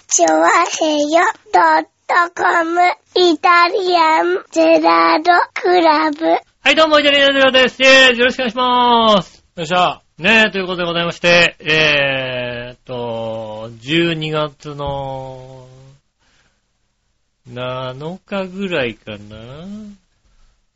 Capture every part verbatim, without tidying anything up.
チョワヘヨドットコムイタリアンゼラードクラブ。 はい、どうも、イタリアンゼラードです。えー、よろしくお願いします。 よっしゃ。 ねえ、ということでございまして、えーっと、じゅうにがつのなのかぐらいかな。 え ?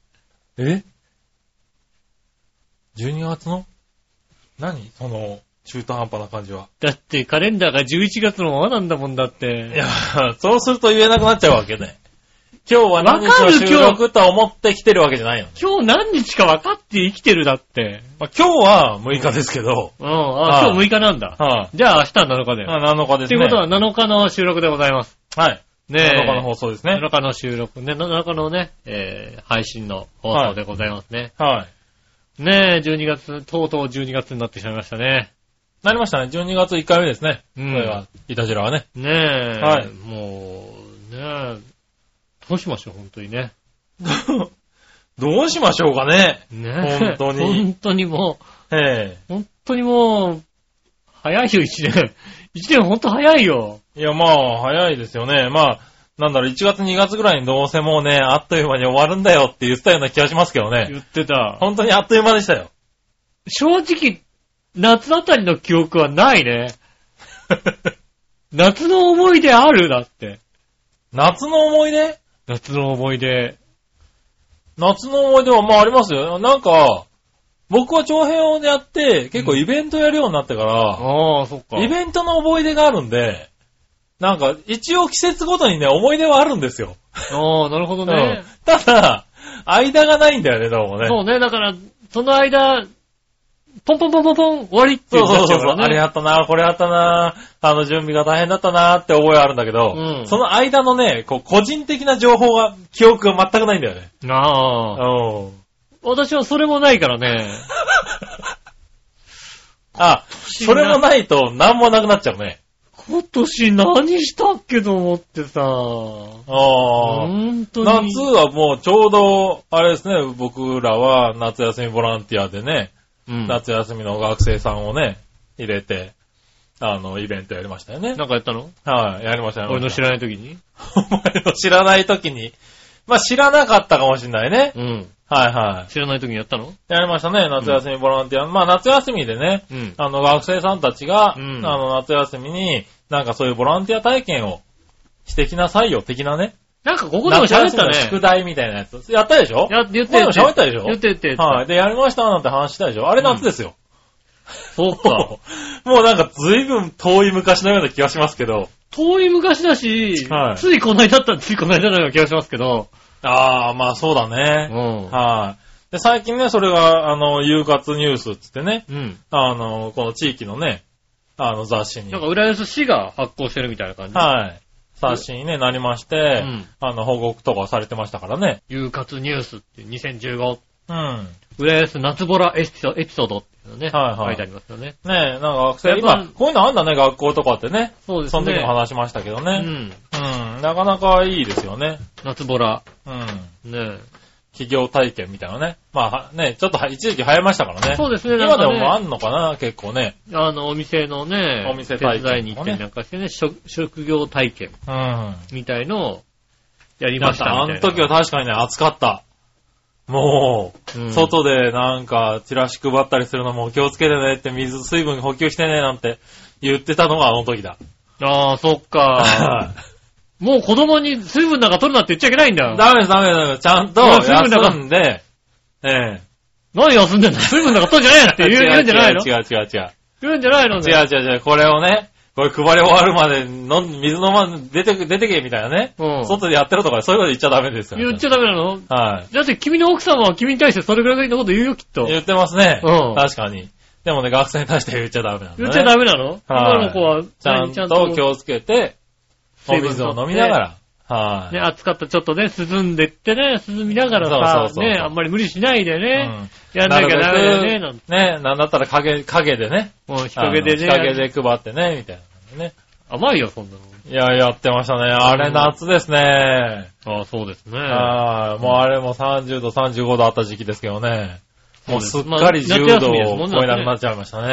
じゅうにがつの何その、中途半端な感じは。 だってカレンダーがじゅういちがつのままなんだもんだって。 いや、そうすると言えなくなっちゃうわけね。今日は何日の収録と思ってきてるわけじゃないの。 今日何日か分かって生きてるだって。 まあ、今日はむいかですけど。 うん、あ、今日むいかなんだ。 はい、 じゃあ明日はなのかだよ。 あ、なのかですね。 ということはなのかの収録でございます。 はい。 ねえ。 なのかの放送ですね。 なのかの収録ね。なのかのね、えー、配信の放送でございますね。 はい。はい、 ねえ、じゅうにがつ、とうとうじゅうにがつになってしまいましたね。 なりましたね。じゅうにがついっかいめですね。 うん。 これは、いたじらはね。 ねえ。 はい。 もう、ねえ、どうしましょう、本当にね。 どうしましょうかね。 ねえ。 本当に。 本当にもう、ええ。 本当にもう、早いよ、一年。一年本当早いよ。 いや、まあ、早いですよね。まあ、なんだろう、いちがつにがつぐらいにどうせもうね、あっという間に終わるんだよって言ってたような気がしますけどね。 言ってた。 本当にあっという間でしたよ。 正直、夏あたりの記憶はないね。夏の思い出あるだって。 夏の思い出？ 夏の思い出。 夏の思い出はまあありますよ。なんか、僕は長編をやって、結構イベントやるようになってから、うん、 ああ、そっか。 イベントの思い出があるんで、なんか、一応季節ごとにね、思い出はあるんですよ。 ああ、なるほどね、 うん。ただ、間がないんだよね、どうもね。 そうね、だから、その間、ポンポンポンポンポン終わりっていう、ね。 そうそうそう。あれやったな、これやったな、あの準備が大変だったなって覚えあるんだけど、うん、その間のね、こう、個人的な情報が、記憶が全くないんだよね。 ああ。うん。私はそれもないからね。あ、 それもないと何もなくなっちゃうね。 今年何したっけと思ってさ。ああ。 本当に。夏はもうちょうど、あれですね、僕らは夏休みボランティアでね、うん、夏休みの学生さんをね、入れて、あの、イベントやりましたよね。 なんかやったの？ はい、やりましたよ。 俺の知らない時にお前の知らない時に。まあ、知らなかったかもしれないね。 うん。 はいはい。 知らない時にやったの？ やりましたね、夏休みボランティア。うん、まあ、夏休みでね、うん、あの、学生さんたちが、うん、あの、夏休みに、なんかそういうボランティア体験をしてきなさいよ、的なね。 なんかここでも喋ったね。 宿題みたいなやつ。やったでしょ？ や、言ってる。喋ったでしょ？ 言ってって。 はい。で、やりましたなんて話したでしょ？あれ夏ですよ。 うん、そうか。 もうなんかずいぶん遠い昔のような気がしますけど。 遠い昔だし、はい、ついこの間だったらついこの間のような気がしますけど。 ああ、まあそうだね。 うん。 はい。で、最近ね、それが、あの、夕活ニュースってってね、 うん。 あの、この地域のね、あの雑誌に。 なんか浦安市が発行してるみたいな感じ。 はい。雑誌にね、なりまして、うん、あの、報告とかされてましたからね。 夕活ニュースってにせんじゅうご。 うん。 浦安夏ボラエピソードっていうのね。はいはい。書いてありますよね。 ねえ、なんか学生、今、こういうのあんだね、学校とかってね。 そうですね。 その時も話しましたけどね。 うん。 うん。なかなかいいですよね。 夏ボラ。 うん。 ねえ。 企業体験みたいなね。まあね、ちょっと一時期流行りましたからね。 そうですね。 今でもあんのかな、結構ね。 あの、お店のね、 お店体験、ね。 手伝いに行ってなんかしてね、職、職業体験。 うん。 みたいのをやりましたみたいな。 あの時は確かにね、暑かった。もう、うん、外でなんか、チラシ配ったりするのも気をつけてねって、水、水分補給してねなんて言ってたのがあの時だ。 ああ、そっか。もう子供に水分なんか取るなって言っちゃいけないんだよ。 ダメです、ダメです、ダメです。ちゃんと休んで、ええ。 何休んでんの？水分なんか取るんじゃないって言うんじゃないの？ 違う違う違う。 言うんじゃないのね。 違う違う違う。これをね、これ配り終わるまで飲ん、水飲まん、出て、出てけみたいなね。うん。外でやってるとかそういうこと言っちゃダメですよ。 言っちゃダメなの？ はい。 だって君の奥様は君に対してそれぐらいのこと言うよ、きっと。 言ってますね。 うん。 確かに。でもね、学生に対して言っちゃダメなのね。 言っちゃダメなの？はい。今の子は、 ちゃんと気をつけて、お水を飲みながら。はい。 ね、暑かったちょっとね、涼んでってね、涼みながらさ、そうそうそうね、あんまり無理しないでね、うん、やんなきゃダメだよね、なんて。 ね、なんだったら影、影でね。 もう日陰でね。 日陰で配ってね、みたいなね。 甘いよ、そんなの。 いや、やってましたね。あれ夏ですね。 ああ、そうですね。 はい。もうあれもさんじゅうど、さんじゅうごどあった時期ですけどね。もうすっかりじゅうどを超えなくなっちゃいましたね。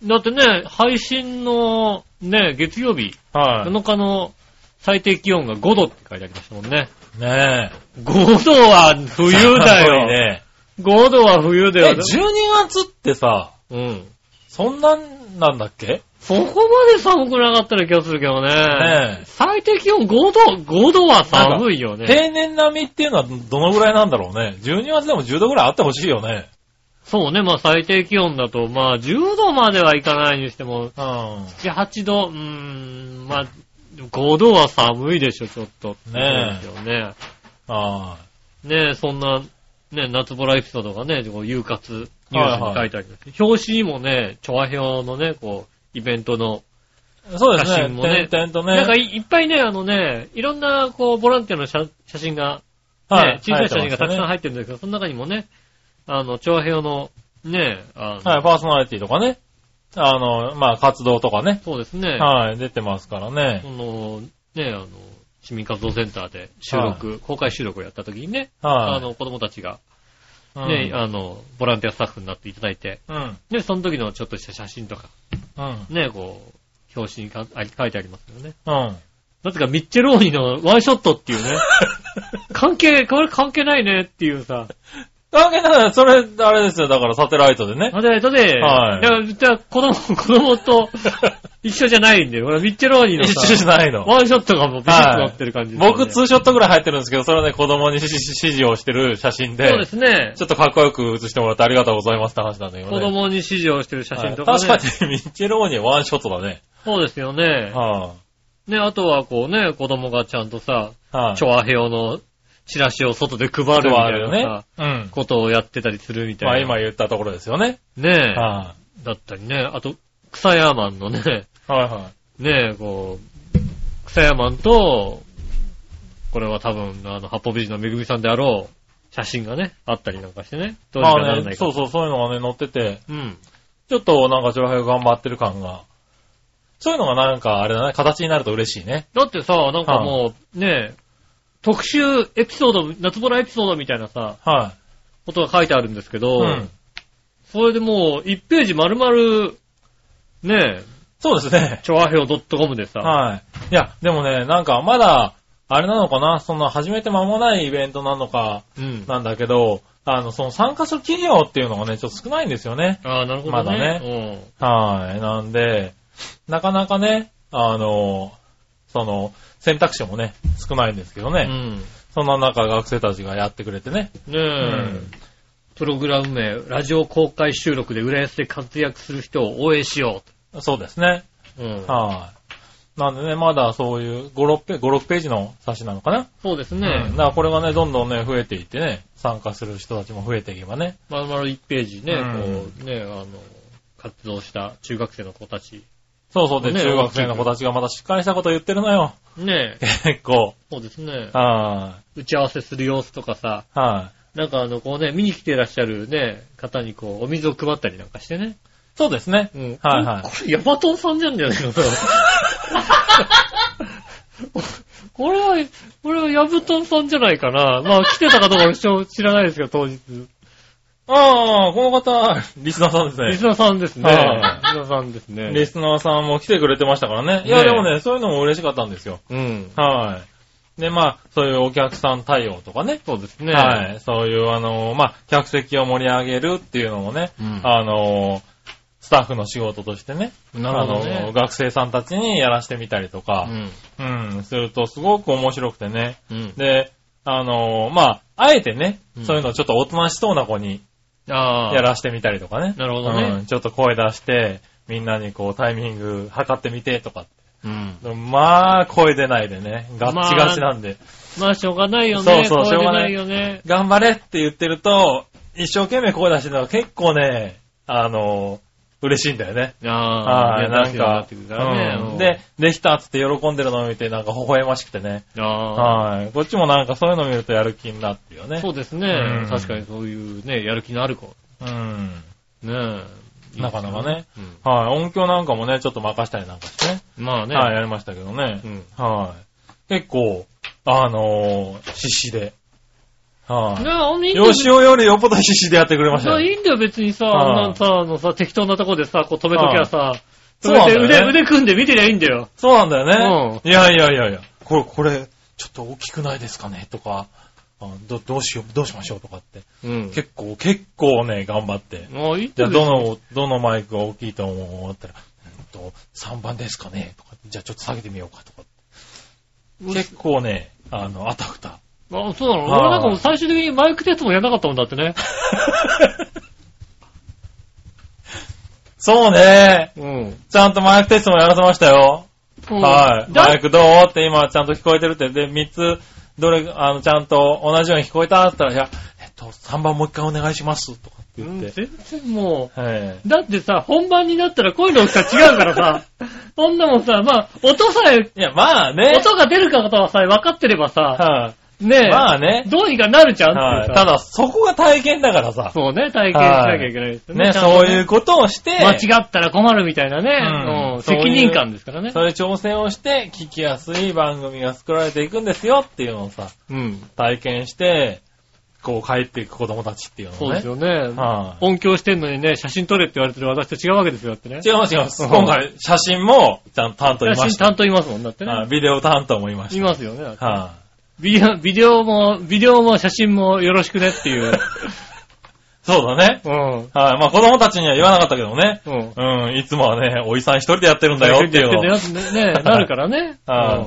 だってね、配信のね、月曜日、はい、なのかの最低気温がごどって書いてありましたもんね。 ねえ。 ごどは冬だよ。ね、ごどは冬だよ。 え、じゅうにがつってさ、うん。そんなんなんだっけ？ そこまで寒くなかったら気がするけどね。ねえ。最低気温ごど、ごどは寒いよね。 平年並みっていうのはどのぐらいなんだろうね。じゅうにがつでもじゅうどぐらいあってほしいよね。 そうね、まあ最低気温だと、まあじゅうどまではいかないにしても、うん、なな、はちど、うーん、まあごどは寒いでしょ、ちょっと。ねえ。ねあねえ、そんな、ね、夏ボラエピソードがね、こう、遊活ニュースに書いてあります。はいはい、表紙にもね、チョアヘオのね、こう、イベントのそうですね。 写真もね。 点々とね。 なんか い, いっぱいね、あのね、いろんな、こう、ボランティアの 写, 写真が、ね、はい、小さい写真がたくさん入ってるんですけど、その中にもね、あの、チョアヘオの、ね、あの、 はい、パーソナリティとかね。あの、まあ、活動とかね。 そうですね。 はい、出てますからね。 その、ね、あの、市民活動センターで収録、はい、公開収録をやった時にね、はい、あの、子供たちが、ね、うん、あの、ボランティアスタッフになっていただいて、うん、で、その時のちょっとした写真とか、うん、ね、こう、表紙にか書いてありますよね。うん。なぜかミッチェローニのワンショットっていうね、関係、これ関係ないねっていうさ、 関係ない、それ、あれですよ、だからサテライトでね。 サテライトで、はい。だから、じゃあ子供、子供と一緒じゃないんで、ほら、ミッチェローニのさ、 一緒じゃないの。 ワンショットがもうビシッと乗ってる感じです、ね、 はい、僕、ツーショットぐらい入ってるんですけど、それはね、子供に指示をしてる写真で、 そうですね。 ちょっとかっこよく写してもらってありがとうございますって話なんだけどね。 子供に指示をしてる写真とかね。はい、確かに、ミッチェローニワンショットだね。 そうですよね。はあ、ね、あとはこうね、子供がちゃんとさ、はあ、チョアヘオのチラシを外で配るみたいなさ、ね、うん、ことをやってたりするみたいな。 まあ今言ったところですよね。 ねえ。はあ、だったりね、あと、草ヤーマンのね、はいはい。ねえ、こう、草ヤーマンと、これは多分、あの、八方美人のめぐみさんであろう、写真がね、あったりなんかしてね。どうにかならないか。 ね、そうそう、そういうのがね、載ってて、うん。ちょっとなんか、チョアヘオ頑張ってる感が、そういうのがなんか、あれだね、形になると嬉しいね。 だってさ、なんかもう、ねえ、特集エピソード、夏ボラエピソードみたいなさ、はい。ことが書いてあるんですけど、うん。それでもう、いちページ丸々、ねえ。 そうですね。 チョアヘオ .com でさ。 はい。いや、でもね、なんかまだ、あれなのかな、その始めて間もないイベントなのか、うん。なんだけど、あの、その参加する企業っていうのがね、ちょっと少ないんですよね。 ああ、なるほどね。 まだね。うん。はい。なんで、なかなかね、あの、その、選択肢もね、少ないんですけどね。うん。そんな中、学生たちがやってくれてね。 ねえ。うん、プログラム名、ラジオ公開収録で浦安で活躍する人を応援しよう。そうですね。うん。はい。なんでね、まだそういうご、ろくページ、ご、ろくページの冊子なのかな。 そうですね。 うん。だからこれがね、どんどんね、増えていってね、参加する人たちも増えていけばね。 まるまるいちページね、うん、こうね、あの、活動した中学生の子たち。 そうそうで、ね、中学生の子たちがまたしっかりしたこと言ってるのよ。 ねえ。 結構。 そうですね。 はい。 打ち合わせする様子とかさ。はい。なんかあの、こうね、見に来ていらっしゃるね、方にこう、お水を配ったりなんかしてね。 そうですね。うん。はいはい。 これ、ヤバトンさんじゃんじゃないのこれは、これはヤブトンさんじゃないかな。まあ、来てたかどうか知らないですけど、当日。 ああ、この方、リスナーさんですね。 リスナーさんですね。リスナーさんですね。 リスナーさんも来てくれてましたからね。いや、でもね、そういうのも嬉しかったんですよ。うん。はい。で、まあ、そういうお客さん対応とかね。 そうですね。 はい。そういう、あの、まあ、客席を盛り上げるっていうのもね、うん、あの、スタッフの仕事としてね、なるほどね、あの、学生さんたちにやらしてみたりとか、うん、うん、するとすごく面白くてね。うん、で、あの、まあ、あえてね、うん、そういうのをちょっとおとなしそうな子に、やらしてみたりとかね。 なるほどね、 うん。ちょっと声出して、みんなにこうタイミング測ってみてとか。うん、まあ、声出ないでね。ガッチガチなんで。 まあ、まあ、しょうがないよね。そうそう、しょうがないよね。 頑張れって言ってると、一生懸命声出してるのは結構ね、あの、嬉しいんだよね。 ああ、なんか、 うん、で、できたっつって喜んでるのを見て、なんか微笑ましくてね。あはい。こっちもなんかそういうのを見るとやる気になってよね。 そうですね。うん、確かにそういうね、やる気のある子。うん。ねえ。なかなかね。うん、はい。音響なんかもね、ちょっと任したりなんかしてね。 まあね。 はい、やりましたけどね。うん、はい。結構、あのー、必死で。 はい、あ。いいよしおよりよっぽど必死でやってくれましたよ。 いいんだよ別にさ、あんなさ、あのさ、適当なとこでさ、こう止めときゃさ、 そうなんだよね、 腕、腕組んで見てりゃいいんだよ。 そうなんだよね。うん。いやいやいやいや、これ、これ、ちょっと大きくないですかねとか、ど, どうしよう、どうしましょうとかって。うん、結構、結構ね、頑張って。 ああ、いいじゃあ、どの、どのマイクが大きいと思ったら、うんと、さんばんですかねとか、じゃあちょっと下げてみようかとか。結構ね、あの、あたふた。 あ、そうなの？俺なんかもう最終的にマイクテストもやらなかったもんだってね。 そうね。うん。ちゃんとマイクテストもやらせましたよ。うん、はい。マイクどうって今ちゃんと聞こえてるって。で、みっつ、どれ、あの、ちゃんと同じように聞こえたって言ったら、いや、えっと、さんばんもう一回お願いします。とかって言って。 うん、全然もう、はい、だってさ、本番になったら声の大きさ違うからさ、そんなもんさ、まあ、音さえ、 いや、まあね。 音が出るかとはさえ分かってればさ、はい、ねえ。 まあね。 どうにかなるじゃんっていうさ、 ただ、そこが体験だからさ。 そうね、体験しなきゃいけないですね。ね、そういうことをして。 間違ったら困るみたいなね。うん。責任感ですからね。 そういう挑戦をして、聞きやすい番組が作られていくんですよっていうのをさ、うん。体験して、こう帰っていく子供たちっていうのをね。 そうですよね。はい。音響してんのにね、写真撮れって言われてる私と違うわけですよってね。 違います違います。今回、写真も、ちゃんと担当いました。 写真担当いますもんだってね。 ビデオ担当もいました。 いますよね。はい。ビデオ、ビデオも、ビデオも写真もよろしくねっていう。 そうだね。うん。はい。まあ子供たちには言わなかったけどね。うん。うん。いつもはね、おじさん一人でやってるんだよっていうの。 一人でやってね、なるからね。 はい。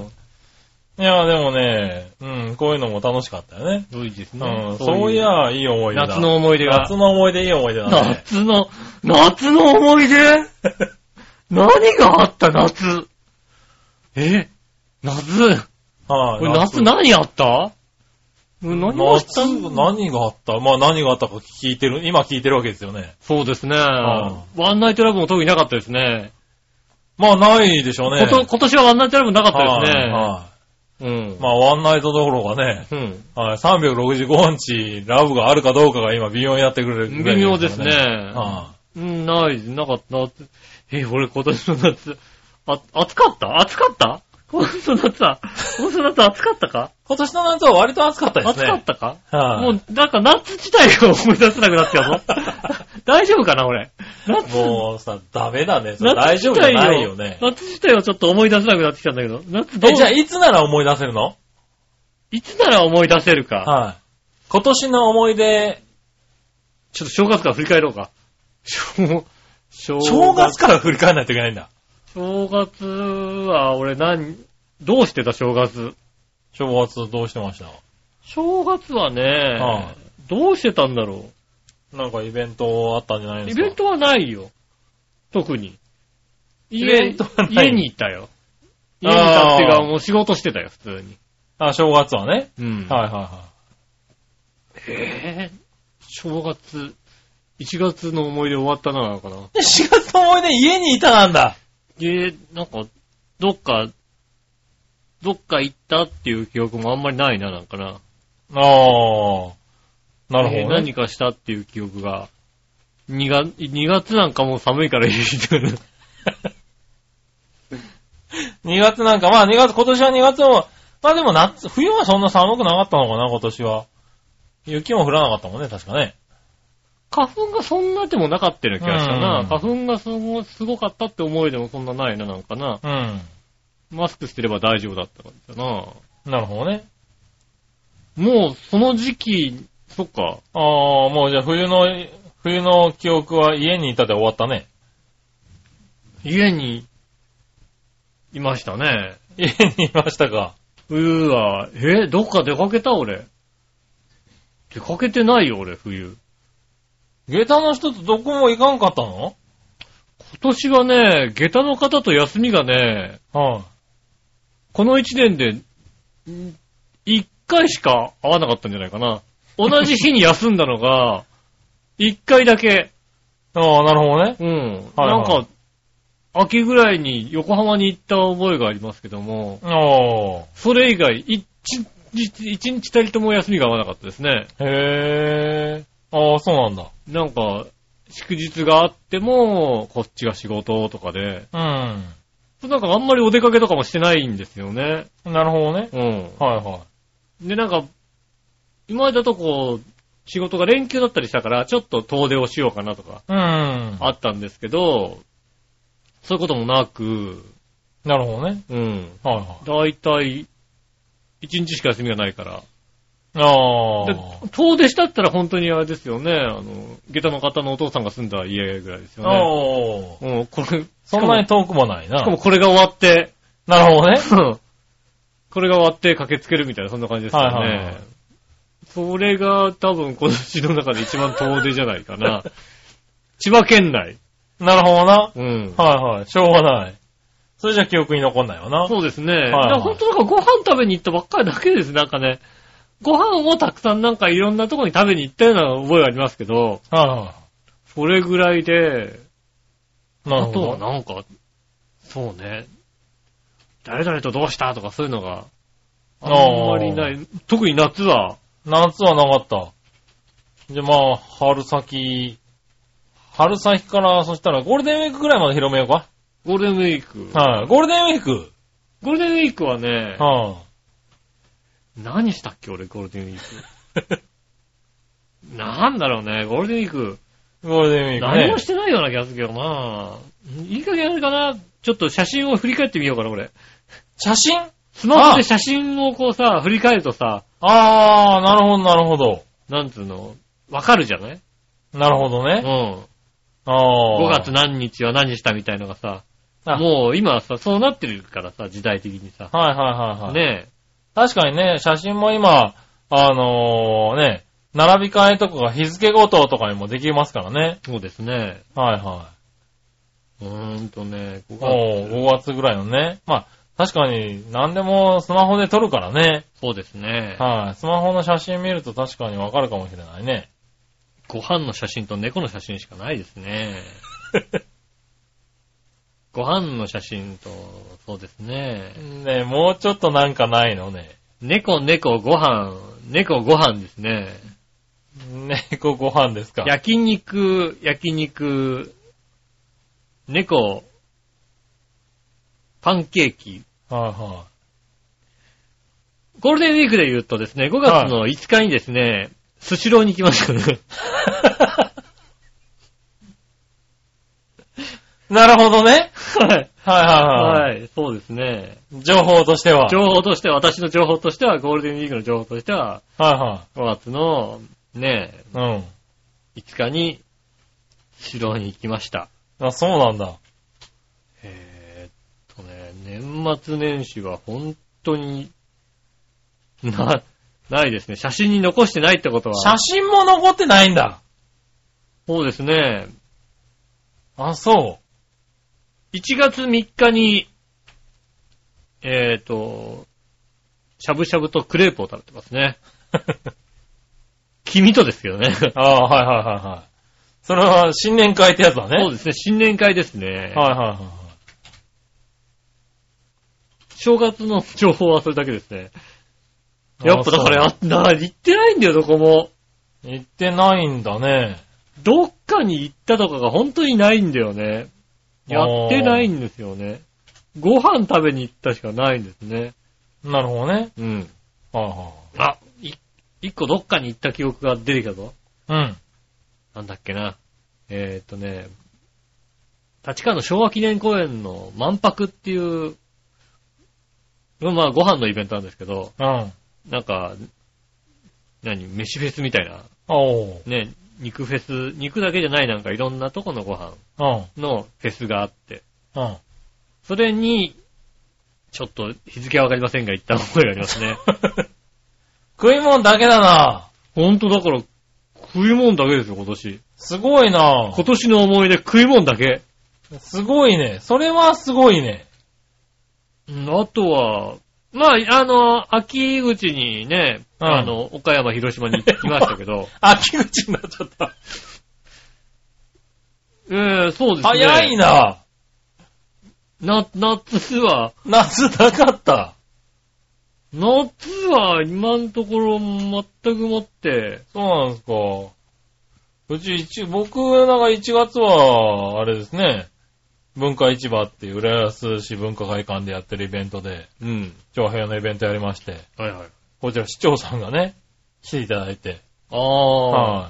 いや、でもね、うん、こういうのも楽しかったよね。 いいですね。 うん。そういや、いい思い出だ。 夏の思い出が。 夏の思い出、いい思い出だね。 夏の、夏の思い出何があった夏え夏はい、これ夏何あった何があった何があったまあ何があったか聞いてる、今聞いてるわけですよね。 そうですね。ワンナイトラブも特になかったですね。 まあないでしょうね。 今年はワンナイトラブなかったですね。はい。 うん。まあワンナイトどころかね。うん。はい。さんびゃくろくじゅうごにちラブがあるかどうかが今微妙にやってくれる、ね。 微妙ですね。はい。うん、ない、なかった。え、俺今年の夏、あ、暑かった暑かった今年の夏は、今年の夏暑かったか今年の夏は割と暑かったですね。 暑かったか、はあ、もう、なんか夏自体が思い出せなくなってきたぞ。大丈夫かな俺。 夏。もうさ、ダメだね。大丈夫じゃないよね。 夏自体はちょっと思い出せなくなってきたんだけど。夏どうえ、じゃあいつなら思い出せるのいつなら思い出せるか。 はい。今年の思い出、 ちょっと正月から振り返ろうか。正, 正, 正月から振り返らないといけないんだ。 正月は、俺何、どうしてた正月。 正月どうしてました正月はね、はあ、どうしてたんだろう。なんかイベントあったんじゃないですか。 イベントはないよ。特に。家、家にいたよ。家にいたっていうか、もう仕事してたよ、普通に。 あ、正月はね。うん。はいはいはい。 へぇ、正月、いちがつの思い出終わったな、のかな。 いちがつの思い出家にいたなんだ。 家、なんか、どっか、どっか行ったっていう記憶もあんまりないな、なんかな。ああ、 なるほど、ね。 何かしたっていう記憶が。にがつ、にがつなんかもう寒いからいいじゃない。 にがつなんか、まあにがつ、今年はにがつも、まあでも夏、冬はそんな寒くなかったのかな、今年は。雪も降らなかったもんね、確かね。 花粉がそんなでもなかったような気がしたな。花粉がすご、すごかったって思いでもそんなないな、なんかな。うん。マスクしてれば大丈夫だったからな。 なるほどね。 もう、その時期、そっか。 ああ、もうじゃあ冬の、冬の記憶は家にいたで終わったね。 家に、いましたね。 家にいましたか。 冬は、え、どっか出かけた俺。出かけてないよ、俺、冬。 下駄の人とどこも行かんかったの？ 今年はね、下駄の方と休みがね、はい、この一年で、一回しか会わなかったんじゃないかな。同じ日に休んだのが、一回だけ。 ああ、なるほどね。 うん。はいはい、なんか、秋ぐらいに横浜に行った覚えがありますけども、ああ。それ以外、一日、一日たりとも休みが合わなかったですね。 へー。ああ、そうなんだ。 なんか、祝日があっても、こっちが仕事とかで。うん。なんかあんまりお出かけとかもしてないんですよね。 なるほどね。うん。はいはい。 で、なんか、 今までだとこう、仕事が連休だったりしたから、ちょっと遠出をしようかなとか、うん。あったんですけど、そういうこともなく、 なるほどね。 うん。はいはい。だいたい、一日しか休みがないから。ああ。 で、遠出したったら本当にあれですよね、あの、下駄の方のお父さんが住んだ家ぐらいですよね。ああ。うん、これ、 そんなに遠くもないな。 しかもこれが終わって、 なるほどね。 これが終わって駆けつけるみたいな、そんな感じですよね。はいはいはい。それが多分この市の中で一番遠出じゃないかな。千葉県内。 なるほどな。 うん。 はいはい。しょうがない。それじゃ記憶に残んないわな。 そうですね。はいはい、だから本当なんかご飯食べに行ったばっかりだけです。なんかね、ご飯をたくさんなんかいろんなところに食べに行ったような覚えがありますけど、はいはい。それぐらいで、なるほど。あとはなんか、そうね、誰々とどうしたとかそういうのがあんまりない。特に夏は。 夏はなかった。じゃあまあ、春先、春先から、そしたらゴールデンウィークぐらいまで広めようか。 ゴールデンウィーク。 はい、ゴールデンウィーク。 ゴールデンウィークはね、はあ、何したっけ俺、ゴールデンウィーク。なんだろうね、ゴールデンウィーク。 ゴールデンウィーク、ね。 何もしてないような気がするけどな。いい加減あれかな。ちょっと写真を振り返ってみようかな、これ。 写真？ スマホで写真をこうさ、振り返るとさ。 あー、なるほど、なるほど。 なんつうの、わかるじゃない？ なるほどね。 うん。あー。ごがつ何日は何したみたいのがさ。もう今はさ、そうなってるからさ、時代的にさ。 はいはいはいはい。 ねえ。 確かにね、写真も今、あのー、ね、並び替えとかが日付ごととかにもできますからね。 そうですね。 はいはい。 うーんとね、 ごがつ。ごがつぐらいのね。まあ、確かに何でもスマホで撮るからね。 そうですね。 はい。スマホの写真見ると確かにわかるかもしれないね。 ご飯の写真と猫の写真しかないですね。ご飯の写真と、そうですね。 ねえ、もうちょっとなんかないのね。 猫、猫、ご飯、猫、ご飯ですね。 猫、ご飯ですか。 焼肉、焼肉、猫、パンケーキ。 はいはい。 ゴールデンウィークで言うとですね、ごがつのいつかにですね、スシローに行きましたね。 なるほどね。 はい。はいはいはい。 はい。そうですね。 情報としては。 情報としては、私の情報としては、ゴールデンウィークの情報としては、 はいはい。 ごがつの、ねえ、うん。 いつかに、スシローに行きました。 あ、そうなんだ。 えーっとね、年末年始は本当に、な、ないですね。写真に残してないってことは。 写真も残ってないんだ。 そうですね。 あ、そう。 いちがつみっかに、えーと、しゃぶしゃぶとクレープを食べてますね。君とですけどね。 ああ、はいはいはいはい。それは新年会ってやつだね。 そうですね、新年会ですね。 はいはいはい。 正月の情報はそれだけですね。やっぱだから、な、行ってないんだよ、どこも。 行ってないんだね。 どっかに行ったとかが本当にないんだよね。やってないんですよね。ご飯食べに行ったしかないんですね。 なるほどね。 うん。 はあはあ、あ、い、一個どっかに行った記憶が出てきたぞ。 うん。 なんだっけな。えー、っとね、立川の昭和記念公園の万博っていう、まあご飯のイベントなんですけど、 うん。 なんか、何、飯フェスみたいな。 おー。 ね、肉フェス、肉だけじゃないなんかいろんなとこのご飯のフェスがあって、 うん。 それに、ちょっと日付はわかりませんが行った覚えがありますね。 食い物だけだな。 ほんとだから食い物だけですよ今年。 すごいな。 今年の思い出食い物だけ。 すごいね。それはすごいね。 あとは、まあ、あの、秋口にね、うん、あの、岡山、広島に行きましたけど。 秋口になっちゃった。 ええー、そうですね。 早いな。 な、夏は。 夏なかった。 夏は今のところ全くもって。 そうなんですか。うち一、僕なんかいちがつは、あれですね。文化市場っていう浦安市文化会館でやってるイベントで、 うん。 長平のイベントやりまして、 はいはい。 こちら市長さんがね、 来ていただいて。 ああ。 はい。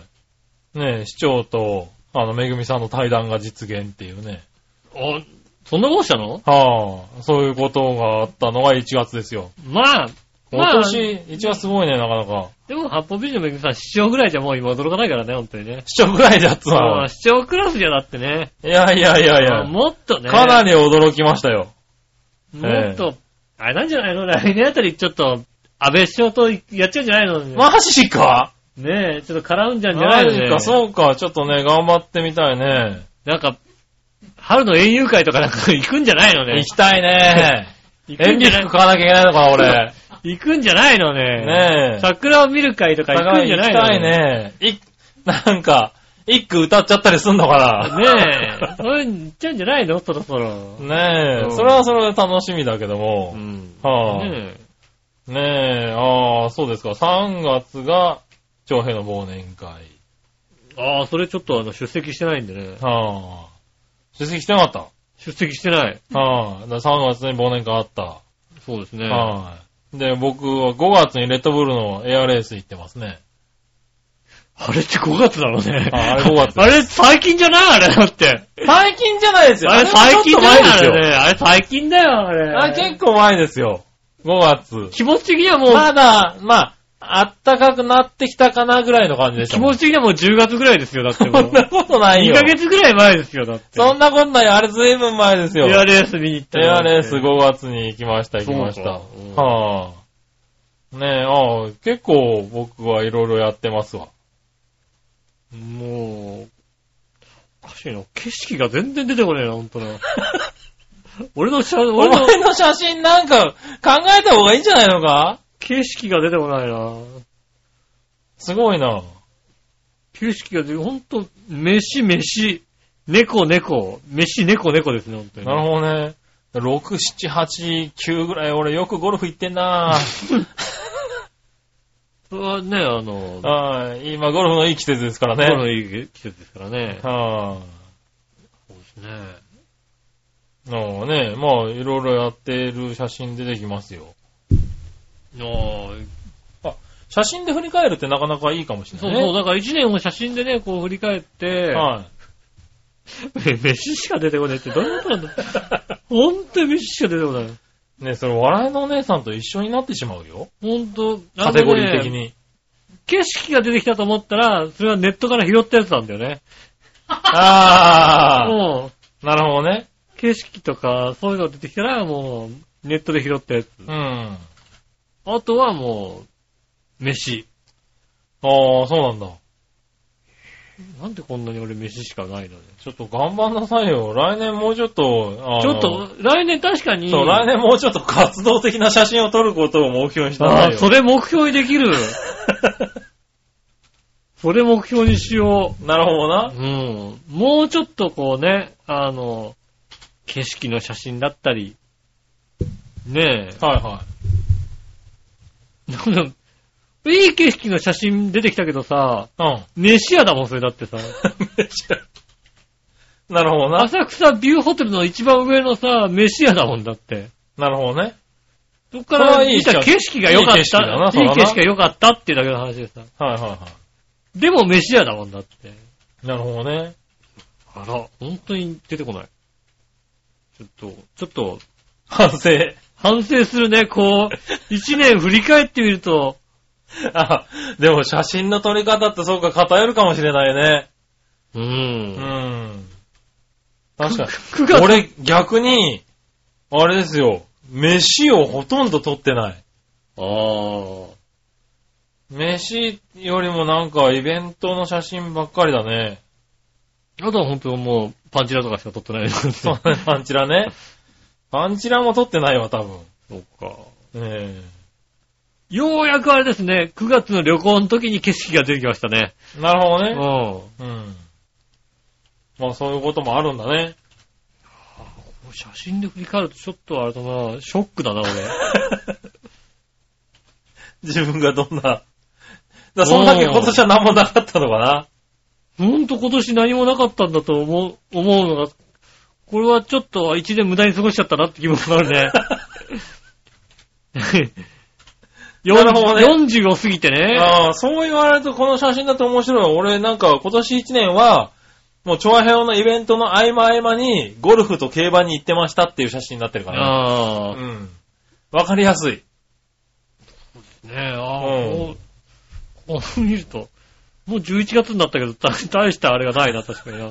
ねえ、市長と、あの、めぐみさんの対談が実現っていうね。 あ、そんなことしたの？ はあ、そういうことがあったのがいちがつですよ。 まあ、 今年、いちがつすごいね、なかなか。 でも、八方美人のめぐみさん、市長ぐらいじゃもう今驚かないからね、本当にね。 市長ぐらいだっつわ。 市長クラスじゃだってね。 いやいやいやいや。 もっとね。 かなり驚きましたよ。 もっと、えー、あれなんじゃないの？来年あたりちょっと、安倍首相とやっちゃうんじゃないの？ マジか？ ねえ、ちょっと絡んじゃうんじゃないのね。 マジか、そうか、ちょっとね、頑張ってみたいね。 なんか、春の園遊会とかなんか行くんじゃないのね。 行きたいね。演技服買わなきゃいけないのかな、俺。 行くんじゃないのね。 ねえ。 桜を見る会とか行くんじゃないの？ 行きたいね。い、なんか、一句歌っちゃったりすんのかな。 ねえ。そういうの言っちゃうんじゃないの？そろそろ。 ねえ、うん。それはそれで楽しみだけども。 うん。 はあ、ねえ。ねえ、ああ、そうですか。さんがつが、長平の忘年会。 ああ、それちょっとあの、出席してないんでね。 はあ。出席してなかった？ 出席してない。 はあ。ださんがつに忘年会あった。 そうですね。 はい。で、僕はごがつにレッドブルのエアレース行ってますね。 あれってごがつなのね。 あ, あれごがつ。 あれ最近じゃないあれだって。 最近じゃないですよ。 あれ最近だよ。あれね。あれ最近だよ、あれ。 あれ結構前ですよ。ごがつ。 気持ち的にはもう。 まだ、まあ、あったかくなってきたかなぐらいの感じでした。 気持ち的にはもうじゅうがつぐらいですよ、だってもう。 そんなことないよ。 にかげつぐらい前ですよ、だって。 そんなことない。あれずいぶん前ですよ。 エアレース見に行った。 エアレースごがつに行きました、行きました。はぁ、あ。ねえ、ああ、結構僕はいろいろやってますわ。 もう、おかしいな。景色が全然出てこねえな、ほんとな。俺の写、俺の、 お前の写真なんか考えた方がいいんじゃないのか？ 景色が出てこないな。 すごいな。 景色が出て、ほんと、飯、飯、猫、猫、飯、猫、猫ですね、ほんとに。 なるほどね。ろく、なな、はち、きゅうぐらい俺よくゴルフ行ってんなそれはね、あの、 はい、今ゴルフのいい季節ですからね。 ゴルフのいい季節ですからね。 はい、 そうですね。 ああね、まあいろいろやってる写真出てきますよ。ああ、写真で振り返るってなかなかいいかもしれないね。 そうそう、だから一年を写真でね、こう振り返って、はい。飯しか出てこないってどういうことなんだほんとに飯しか出てこない。 ね、それ笑いのお姉さんと一緒になってしまうよ。 ほんと、 カテゴリー的に。 景色が出てきたと思ったら、それはネットから拾ったやつなんだよね。 ああ。 もう、なるほどね。 景色とか、そういうのが出てきたら、もう、ネットで拾ったやつ。 うん。 あとはもう、飯。 ああ、そうなんだ。 なんでこんなに俺飯しかないのね。 ちょっと頑張んなさいよ。来年もうちょっと、 ちょっと、来年確かに。 そう、来年もうちょっと活動的な写真を撮ることを目標にしたらいよ。ああ、それ目標にできる。それ目標にしよう。なるほどな。 うん。もうちょっとこうね、あの、景色の写真だったり、ねえ。 はいはい。 なんか、いい景色の写真出てきたけどさ、 うん。 飯屋だもん、それだってさ。 飯屋。なるほどな。 浅草ビューホテルの一番上のさ、飯屋だもんだって。 なるほどね。 そっから見た景色が良かった。いい景色だな、それはな。いい景色が良かったっていうだけの話でさ。 はいはいはい。 でも飯屋だもんだって。 なるほどね。 あら、本当に出てこない。ちょっと、ちょっと、 反省。 反省するね、こう、一年振り返ってみると。 あ、でも写真の撮り方ってそうか偏るかもしれないね。 うーん。 うん。確かに。俺逆に、あれですよ、飯をほとんど撮ってない。 ああ。 飯よりもなんかイベントの写真ばっかりだね。 あとは本当もうパンチラとかしか撮ってないです。 そうね、パンチラね。パンチラも撮ってないわ、多分。 そっか。 ねえ。 ようやくあれですね、くがつの旅行の時に景色が出てきましたね。 なるほどね。 うん。 うん。まあそういうこともあるんだね。 写真で振り返るとちょっとあれだな、ショックだな、俺。 自分がどんな。だそんだけ今年は何もなかったのかな。 ほんと今年何もなかったんだと思う、思うのが、これはちょっと一年無駄に過ごしちゃったなって気分があるね。 なるほどね。 よんじゅうを過ぎてね。 ああ、そう言われるとこの写真だと面白い。俺なんか今年いちねんは、もう、チョアヘオのイベントの合間合間に、ゴルフと競馬に行ってましたっていう写真になってるからね。 ああ。 うん。わかりやすい。 ねえ、ああ、もう、こう見ると、もうじゅういちがつになったけど、大したあれがないな、確かにな。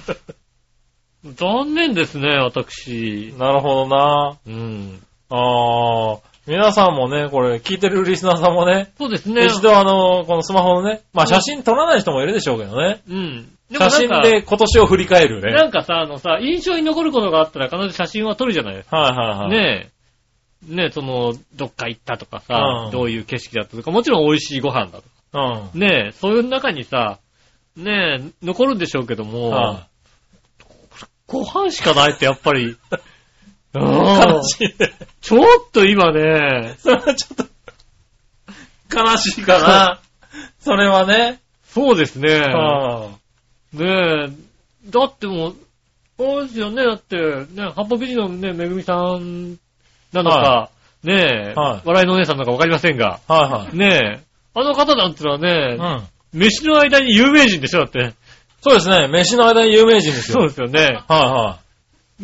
残念ですね、私。 なるほどな。 うん。 ああ。皆さんもね、これ、聞いてるリスナーさんもね。 そうですね。 一度あの、このスマホのね、まあ写真撮らない人もいるでしょうけどね。 うん。 写真で今年を振り返るね。 なんかさ、あのさ、印象に残ることがあったら必ず写真は撮るじゃないですか。 はいはいはい。 ねえ。ねえ、その、どっか行ったとかさ、 うん、 どういう景色だったとか、もちろん美味しいご飯だとか。うん。ねえ、そういう中にさ、ねえ、残るんでしょうけども、はあ、ご飯しかないってやっぱり、 悲しいね。 ちょっと今ね、 それはちょっと、悲しいかな。それはね。 そうですね。 はあ、 ねえ、だってもう、そうですよね、だって、ね、八方美人のね、めぐみさんなのか、はい、ねえ、はい、笑いのお姉さんなのかわかりませんが、はいはい、ねえ、あの方なんてのはね、うん、飯の間に有名人でしょ、だって。 そうですね、飯の間に有名人ですよ。 そうですよね。 はいはい。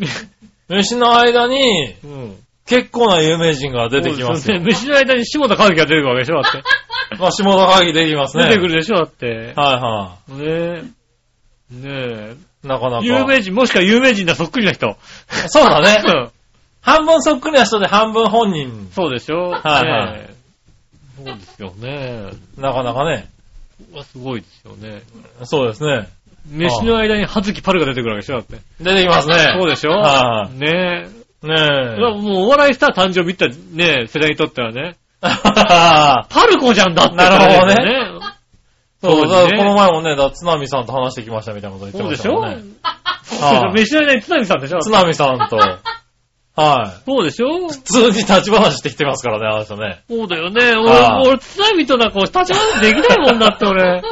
飯の間に、うん、結構な有名人が出てきますよ。 ね、飯の間に下田景樹が出てくるわけでしょ、だって。 まあ、下田景樹出てきますね。 出てくるでしょ、だって。 はいはい。 ねえ。ねえ。 なかなか。 有名人、もしくは有名人だそっくりな人。 そうだね。うん。半分そっくりな人で半分本人。 そうでしょ。 はいはい。 ね、そうですよね。 なかなかね。 すごいですよね。 そうですね。 飯の間に葉月パルが出てくるわけでしょ、だって。 出てきますね。 そうでしょ。 はい、 ねえ。ねえ。 もうお笑いスター誕生日ってね、世代にとってはね。パルコじゃんだって、 ね。なるほどね。そう、 だね、この前もね、だ津波さんと話してきましたみたいなこと言ってましたもんね。 そうでしょ。飯の間に津波さんでしょ。 津波さんと。はい。 そうでしょ。 普通に立ち話してきてますからね、あの人ね。 そうだよね。俺、俺、津波となんか立ち話できないもんだって、俺。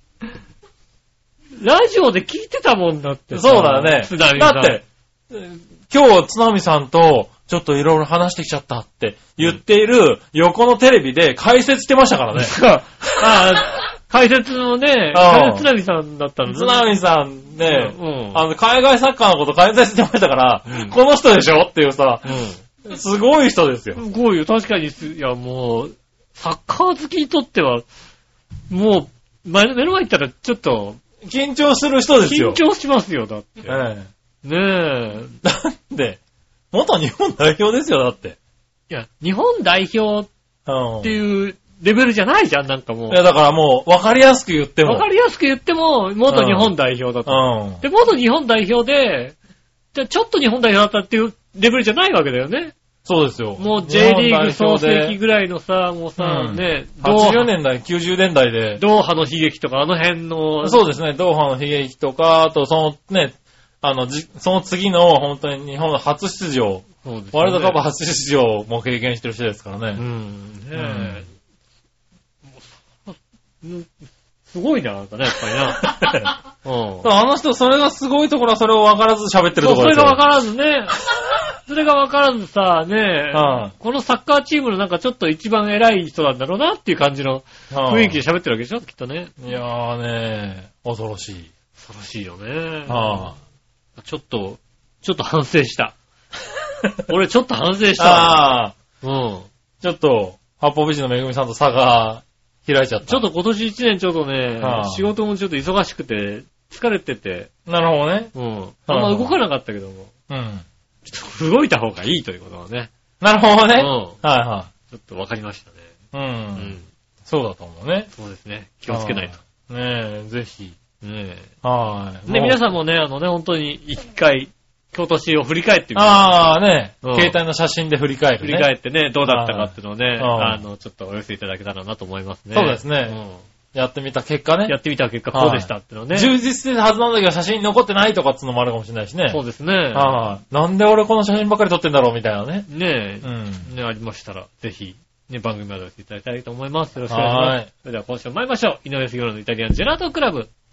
ラジオで聞いてたもんだって。 そうだよね。津波さん。だって、今日津波さんとちょっといろいろ話してきちゃったって言っている横のテレビで解説してましたからね。 ああ、解説のね、解説津波さんだったのね。 津波さんね、うん、あの海外サッカーのこと解説してましたから、うん、この人でしょっていうさ、うん、すごい人ですよ。 すごいよ。確かに、いやもう、サッカー好きにとっては、もう、目の前行ったらちょっと、 緊張する人ですよ。 緊張しますよ、だって。 ええ、 ねえ。 だって、元日本代表ですよ、だって。 いや、日本代表っていうレベルじゃないじゃん、なんかもう。 いや、だからもう、わかりやすく言っても。 わかりやすく言っても、元日本代表だと。うん、で、元日本代表で、じゃちょっと日本代表だったっていうレベルじゃないわけだよね。 そうですよ。 もう J リーグ創世期ぐらいのさ、もうさ、うん、ね、 はちじゅうねんだい、きゅうじゅうねんだいで。 ドーハの悲劇とか、あの辺の。 そうですね、ドーハの悲劇とか、あとそのね、あの、じその次の本当に日本の初出場、そうですね、ワールドカップ初出場も経験してる人ですからね。 うん。ねえ、うん、すごいな、なんかね、やっぱりな。 うん、あの人、それがすごいところはそれを分からず喋ってるところですよ。 それが分からずね。それが分からずさ、ねえ、はあ、このサッカーチームのなんかちょっと一番偉い人なんだろうなっていう感じの雰囲気で喋ってるわけでしょ、きっとね。 いやーねー、恐ろしい。 恐ろしいよね。 はあ、ちょっと、ちょっと反省した。俺ちょっと反省した。 ああ。 うん。 ちょっと、八方美人のめぐみさんと差が開いちゃった。 ちょっと今年一年ちょっとね、はあ、仕事もちょっと忙しくて、疲れてて。 なるほどね。 うん。あんま動かなかったけども。 うん。 ちょっと動いた方がいいということはね。 なるほどね。うん。はいはい。 ちょっと分かりましたね。 うん。うん。そうだと思うね。 そうですね。気をつけないと。 ねえ、ぜひ。 ねえ。 はい。 で、皆さんもね、あのね、本当に一回、今年を振り返ってみて。 ああ、ね、うん、携帯の写真で振り返るね。 振り返ってね、どうだったかっていうのをね、あの、ちょっとお寄せいただけたらなと思いますね。 そうですね。うん、やってみた結果ね。 やってみた結果、こうでしたっていうのね。 充実してるはずなんだけど、写真に残ってないとかっていうのもあるかもしれないしね。 そうですね。 はい。なんで俺この写真ばっかり撮ってんだろうみたいなね。 ねえ。うん。ね、ありましたら、ぜひ、ね、番組までお寄せいただきたいと思います。よろしくお願いします。はい。それでは今週も参りましょう。井上杉村のイタリアンジェラートクラブ。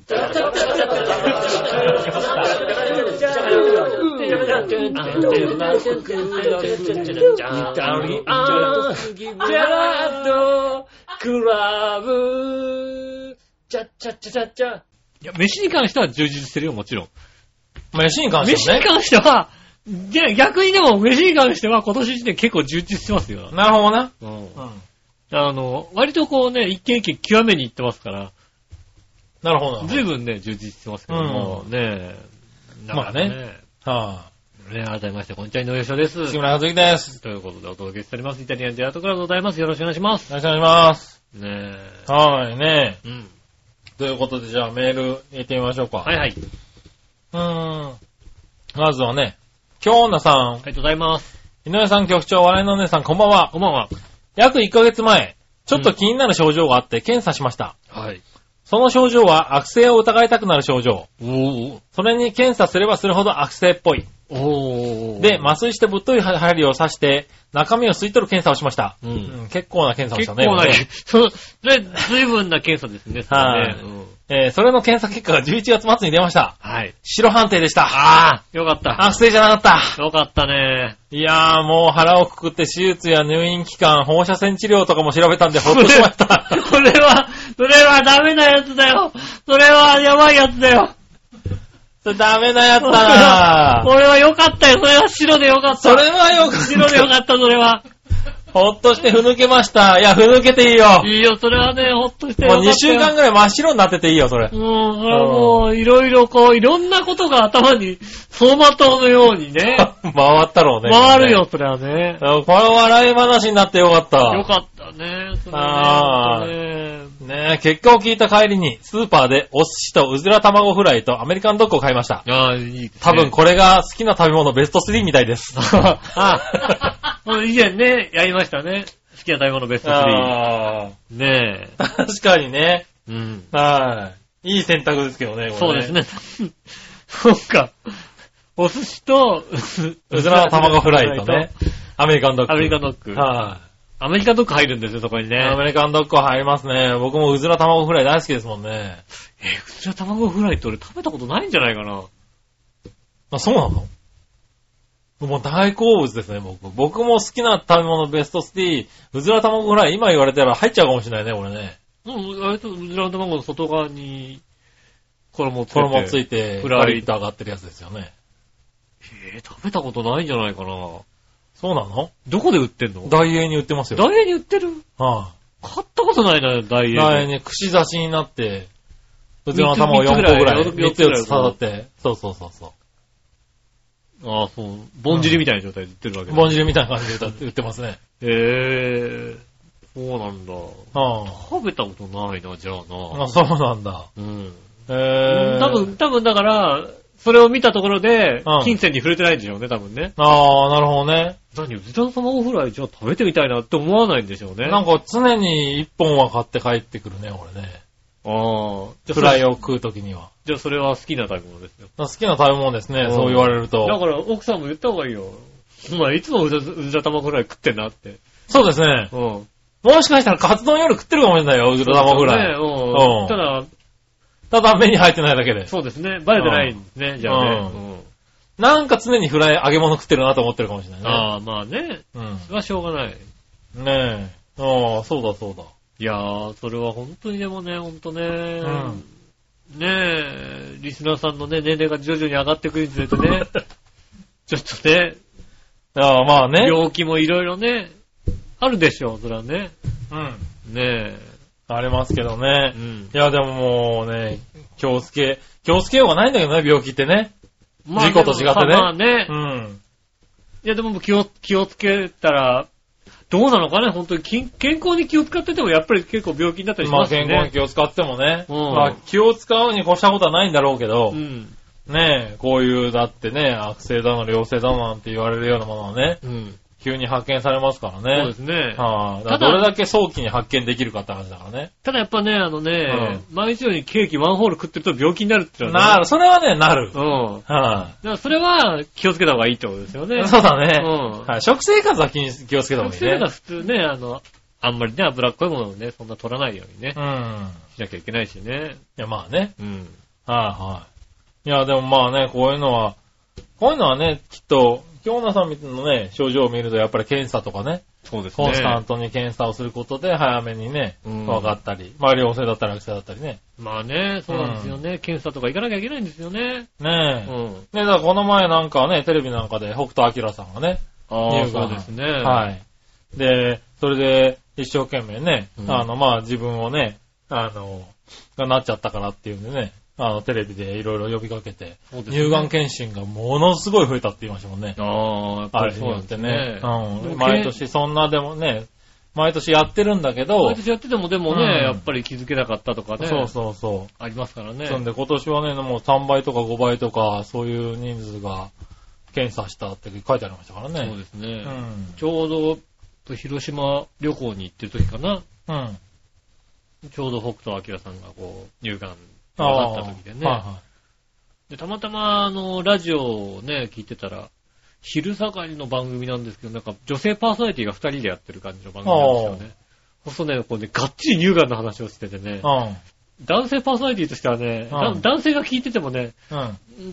いや、飯に関しては充実してるよ、もちろん。 飯に関してはね。 飯に関しては、じゃ逆にでも飯に関しては今年一年結構充実してますよ。 なるほどな。 うん。うん、あの、割とこうね、一軒一軒極めに行ってますから。 なるほど。 随分ね、充実してますけども、うん、ねえ。まあね。はぁ、あ。ね、改めまして、こんにちは、井上翔です。 杉村和之です。 ということで、お届けしております。イタリアンジェラートクラブでございます。よろしくお願いします。 よろしくお願いします。 ねえ。 はい、ねえ。 うん。 ということで、じゃあメール入れてみましょうか。 はいはい。 うーん。まずはね、京女さん。 ありがとうございます。 井上さん局長、笑いのお姉さん、こんばんは。 こんばんは。 約いっかげつまえ、ちょっと気になる症状があって検査しました。 うん、はい。 その症状は悪性を疑いたくなる症状。 おー。 それに検査すればするほど悪性っぽい。 おー。 で、麻酔してぶっとい針を刺して、中身を吸い取る検査をしました。 うん。うん、 結構な検査をしたね。 結構な、それ、随分な検査ですね。 はい、ね。うんえー、それの検査結果がじゅういちがつ末に出ました。 はい。 白判定でした。 ああ、よかった。 悪性じゃなかった。 よかったね。 いやー、もう腹をくくって手術や入院期間、放射線治療とかも調べたんでほっとしました。 それは、それはダメなやつだよ。それはやばいやつだよ。 それダメなやつだなこれはよかったよ。それは白でよかった。 それはよかった。 白でよかった、それは。 ほっとしてふぬけました。いや、ふぬけていいよ。 いいよ、それはね、ほっとしてよかったよ。 もうにしゅうかんぐらい真っ白になってていいよ、それ。 うん、それはもう、いろいろこう、いろんなことが頭に、走馬灯のようにね。 回ったろうね。 回るよ、それはね。 これ笑い話になってよかった。 よかったね、それはね。 ああ。ねえ、結果を聞いた帰りに、スーパーでお寿司とうずら卵フライとアメリカンドッグを買いました。 ああ、いいですね。 多分これが好きな食べ物ベストスリーみたいです。 ああ。以前ね、やりましたね。好きな食べ物ベストスリー。あねえ。 確かにね。 うん。 はい。いい選択ですけどね、これね。 そうですね。そっか。お寿司と、 うずら卵フライとね。アメリカンドッグ。 アメリカンドッグ。 はい。 アメリカンドッグ入るんですよ、そこにね。 アメリカンドッグ入りますね。僕もうずら卵フライ大好きですもんね。 え、うずら卵フライって俺食べたことないんじゃないかな。 あ、そうなの？もう大好物ですね、僕。僕も好きな食べ物ベストスリー、うずら卵フライ、今言われたら入っちゃうかもしれないね、俺ね。 うん、あれとうずら卵の外側に衣ついて。 衣ついて、フライと上がってるやつですよね。 えー、食べたことないんじゃないかな。 そうなの？ どこで売ってんの？ ダイエーに売ってますよ。 ダイエーに売ってる？ はあ、買ったことないな、ダイエーで。 ダイエーに串刺しになって、うずらの卵よんこぐらい、みっつよっつ刺さって、そうそうそうそう。 ああ、そう。ぼん汁みたいな状態で売ってるわけだ。 ぼん汁みたいな感じで売ってますね。 へえー。そうなんだ。 ああ。 食べたことないな、じゃあな。 あ、そうなんだ。 うん。 へえー。 多分、多分だから、それを見たところで、金銭に触れてないんでしょうね、多分ね。 ああ、なるほどね。 何、うずら卵フライじゃあ食べてみたいなって思わないんでしょうね。 なんか常に一本は買って帰ってくるね、俺ね。 ああ。 フライを食うときには。 じゃあそれは好きな食べ物ですよ。 好きな食べ物ですね、そう言われると。 だから奥さんも言った方がいいよ。お前いつもうずら卵フライ食ってんなって。 そうですね。 うん。 もしかしたらカツ丼夜食ってるかもしれないよ、うずら卵フライ。 ね、うん。ただ、 ただ目に入ってないだけで。 そうですね。バレてないんですね、じゃあね。うん。 なんか常にフライ揚げ物食ってるなと思ってるかもしれないね。 ああ、まあね。うん。それはしょうがない。 ねえ。ああ、そうだそうだ。 いやー、それは本当にでもね、ほんとね。うん。ねえ、リスナーさんのね、年齢が徐々に上がってくるにつれてね。ちょっとね。 ああ、まあね。 病気もいろいろね、あるでしょう、それはね。 うん。 ねえ。 ありますけどね。 うん。 いや、でももうね、気をつけ、気をつけようがないんだけどね、病気ってね。まあ、事故と違ってね。 まあね。 うん。 いや、でも気を、気をつけたら、どうなのかね、本当に健康に気を使っててもやっぱり結構病気になったりしますね。 まあ健康に気を使ってもね。 うん、 まあ気を使うに越したことはないんだろうけど、 うん、 ねえ、こういうだってね、悪性だの良性だのなんて言われるようなものはね、 うん、 急に発見されますからね。 そうですね。 はあ、だからどれだけ早期に発見できるかって話だからね。 ただやっぱね、あのね、うん、毎日のようにケーキワンホール食ってると病気になるってのはね。なる、それはね、なる。 うん。 はあ、 だからそれは気をつけた方がいいってことですよね。 そうだね。 うん。 はい、食生活は気に気をつけた方がいいね。 食生活は普通ね、あの、 あんまりね、脂っこいものをね、そんな取らないようにね。 うん。 しなきゃいけないしね。 いや、まあね。 うん。 はいはい。いや、でもまあね、こういうのは、こういうのはね、きっと、京奈さんみたいなのね、症状を見るとやっぱり検査とかね。 そうですね。 コンスタントに検査をすることで早めにね、うん、分かったり。まあ、良性だったり悪性だったりね。 まあね、そうなんですよね。うん、検査とか行かなきゃいけないんですよね。 ねえ。うん。ねだからこの前なんかね、テレビなんかで北斗晶さんがね、 ああ、そうですね。 はい。で、それで一生懸命ね、うん、あの、まあ自分をね、あの、がなっちゃったからっていうんでね、あの、テレビでいろいろ呼びかけて、ね、乳がん検診がものすごい増えたって言いましたもんね。 ああ、やっぱりそうですね。 うん。毎年そんなでもね、毎年やってるんだけど、 毎年やっててもでもね、うん、やっぱり気づけなかったとかね。 そうそうそう。 ありますからね。 そんで今年はね、もうさんばいとかごばいとか、そういう人数が検査したって書いてありましたからね。 そうですね。うん、ちょうど、広島旅行に行ってる時かな。うん。ちょうど北斗晶さんがこう、乳がんがあった時でね。はいはい、でたまたま、あの、ラジオをね、聞いてたら、昼下がりの番組なんですけど、なんか女性パーソナリティが二人でやってる感じの番組なんですよね。そうするとね、こうね、がっちり乳がんの話をしててね、男性パーソナリティとしてはね、男性が聞いててもね、うん、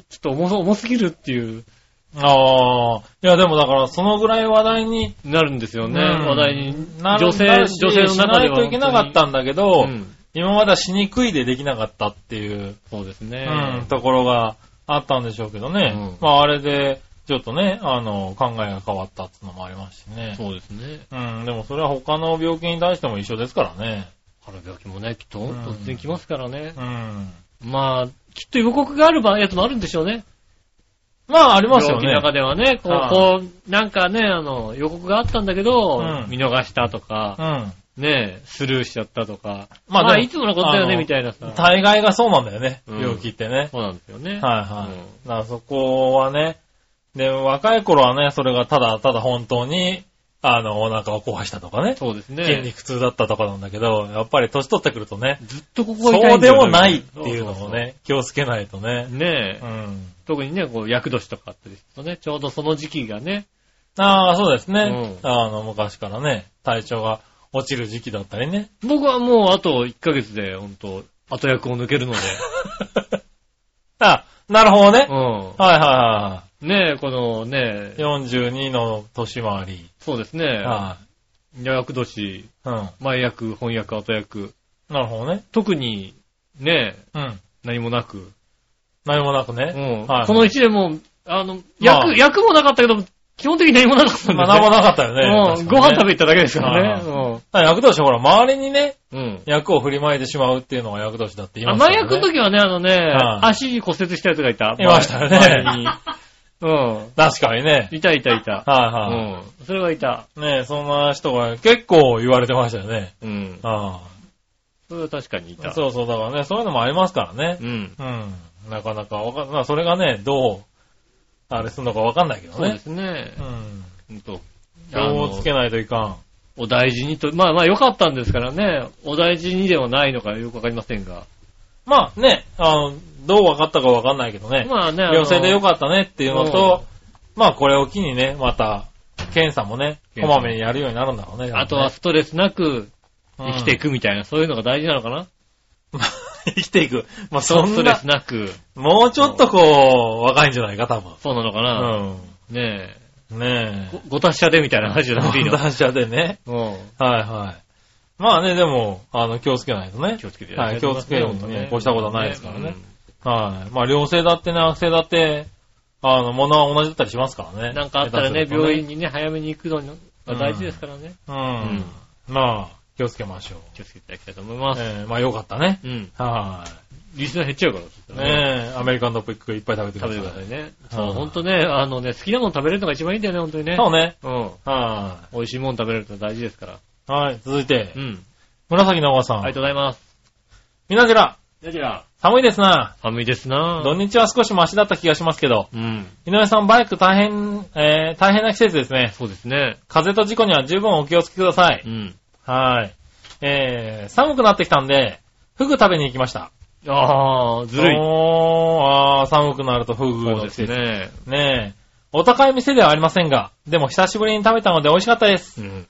ちょっと重、重すぎるっていう。 ああ、いやでもだからそのぐらい話題になるんですよね。うん、話題に。 なる女性、女性の中では。しないといけなかったんだけど、うん、今まではしにくいでできなかったっていう。 そうですね。 うん、ところがあったんでしょうけどね。うん、まああれで、ちょっとね、あの、考えが変わったっていうのもありますしね。 そうですね。 うん、でもそれは他の病気に対しても一緒ですからね。 他の病気もね、きっと突然来ますからね。うん。まあ、きっと予告があるやつもあるんでしょうね。 まあ、ありますよね。 病気の中ではね、こう、こう、なんかね、あの、予告があったんだけど、うん、見逃したとか、うん、ね、スルーしちゃったとか。まあ、まあ、いつものことだよね、みたいなさ。 大概がそうなんだよね、うん、病気ってね。 そうなんですよね。 はいはい。うん、だからそこはね、で、若い頃はね、それがただただ本当に、あの、お腹を壊したとかね。 そうですね。 筋肉痛だったとかなんだけど、やっぱり年取ってくるとね。 ずっとここが痛いんだよね。そうでもないっていうのもね、そうそうそう、気をつけないとね。 ねえ。うん。特にね、こう、厄年とかあったりするとね、ちょうどその時期がね。 ああ、そうですね。うん、あの、昔からね、体調が落ちる時期だったりね。 僕はもうあといっかげつで、ほんと、後役を抜けるので。 あ、なるほどね。うん。はいはいはい。 ねえ、このね、 よんじゅうにの年回り。 そうですね。はい。厄年、うん。前役、翻訳、後役。 なるほどね。 特に、ねえ、うん。何もなく。 何もなくね。 うん。はい、この一年も、あの、役、まあ、役もなかったけど、基本的に何もなかったんだよね。 何もなかったよね。 うん。ご飯食べ行っただけですからね。うん。 役年ほら、周りにね、うん。役を振りまいてしまうっていうのが役年だって言いましたよね。 あ、前役の時はね、あのね、はい、足骨折したやつがいた。 いましたよね。 うん。 確かにね。 いたいたいた。 はいはい。 うん。それはいた。 ねえ、そんな人が結構言われてましたよね。うん。ああ。 それは確かにいた。 そうそう、だからね、そういうのもありますからね。うん。うん。なかなかわかんない。それがね、どう、あれするのかわかんないけどね。 そうですね。 うん。うんと。気をつけないといかん。 お大事にと、まあまあ良かったんですからね。お大事にではないのかよくわかりませんが。 まあね、あの、どう分かったか分かんないけどね。まあね。陽性でよかったねっていうのと、まあこれを機にね、また、検査もね、こまめにやるようになるんだろうね。 あとはストレスなく生きていくみたいな、うん、そういうのが大事なのかな。 生きていく。まあそんな。 ストレスなく。 もうちょっとこう、若いんじゃないか、多分。 そうなのかな。うん。ねえ。ねえ。ご達者でみたいな話じゃなくていいの。 ご達者でね。うん。はいはい。まあね、でも、あの、気をつけないとね。 気をつけてはい、気をつけるとね、こうしたことはないですからね。うん、はい。まあ、良性だってね、悪性だって、あの、物は同じだったりしますからね。 なんかあったらね、病院にね、早めに行くのが大事ですからね。 うん。うん、まあ、気をつけましょう。 気をつけていただきたいと思います。 えー、まあ、よかったね。うん。はい。 リスナー減っちゃうから。 ねえ、アメリカンドッグいっぱい食べてください。 食べてくださいね。そう、ほんとね、あのね、好きなもの食べれるのが一番いいんだよね、ほんとにね。 そうね。 うん。はい。美味しいもの食べれるの大事ですから。 はい、続いて。うん。紫のおばさん。 ありがとうございます。 みなじら。 みなじら。 寒いですな。 寒いですな。 土日は少しマシだった気がしますけど。うん。井上さん、バイク大変、えー、大変な季節ですね。 そうですね。 風と事故には十分お気をつけください。うん。はい。えー、寒くなってきたんで、フグ食べに行きました。 あー、ずるい。 おー、あー、寒くなるとフグの季節。そうですね。ねえ。お高い店ではありませんが、でも久しぶりに食べたので美味しかったです。うん。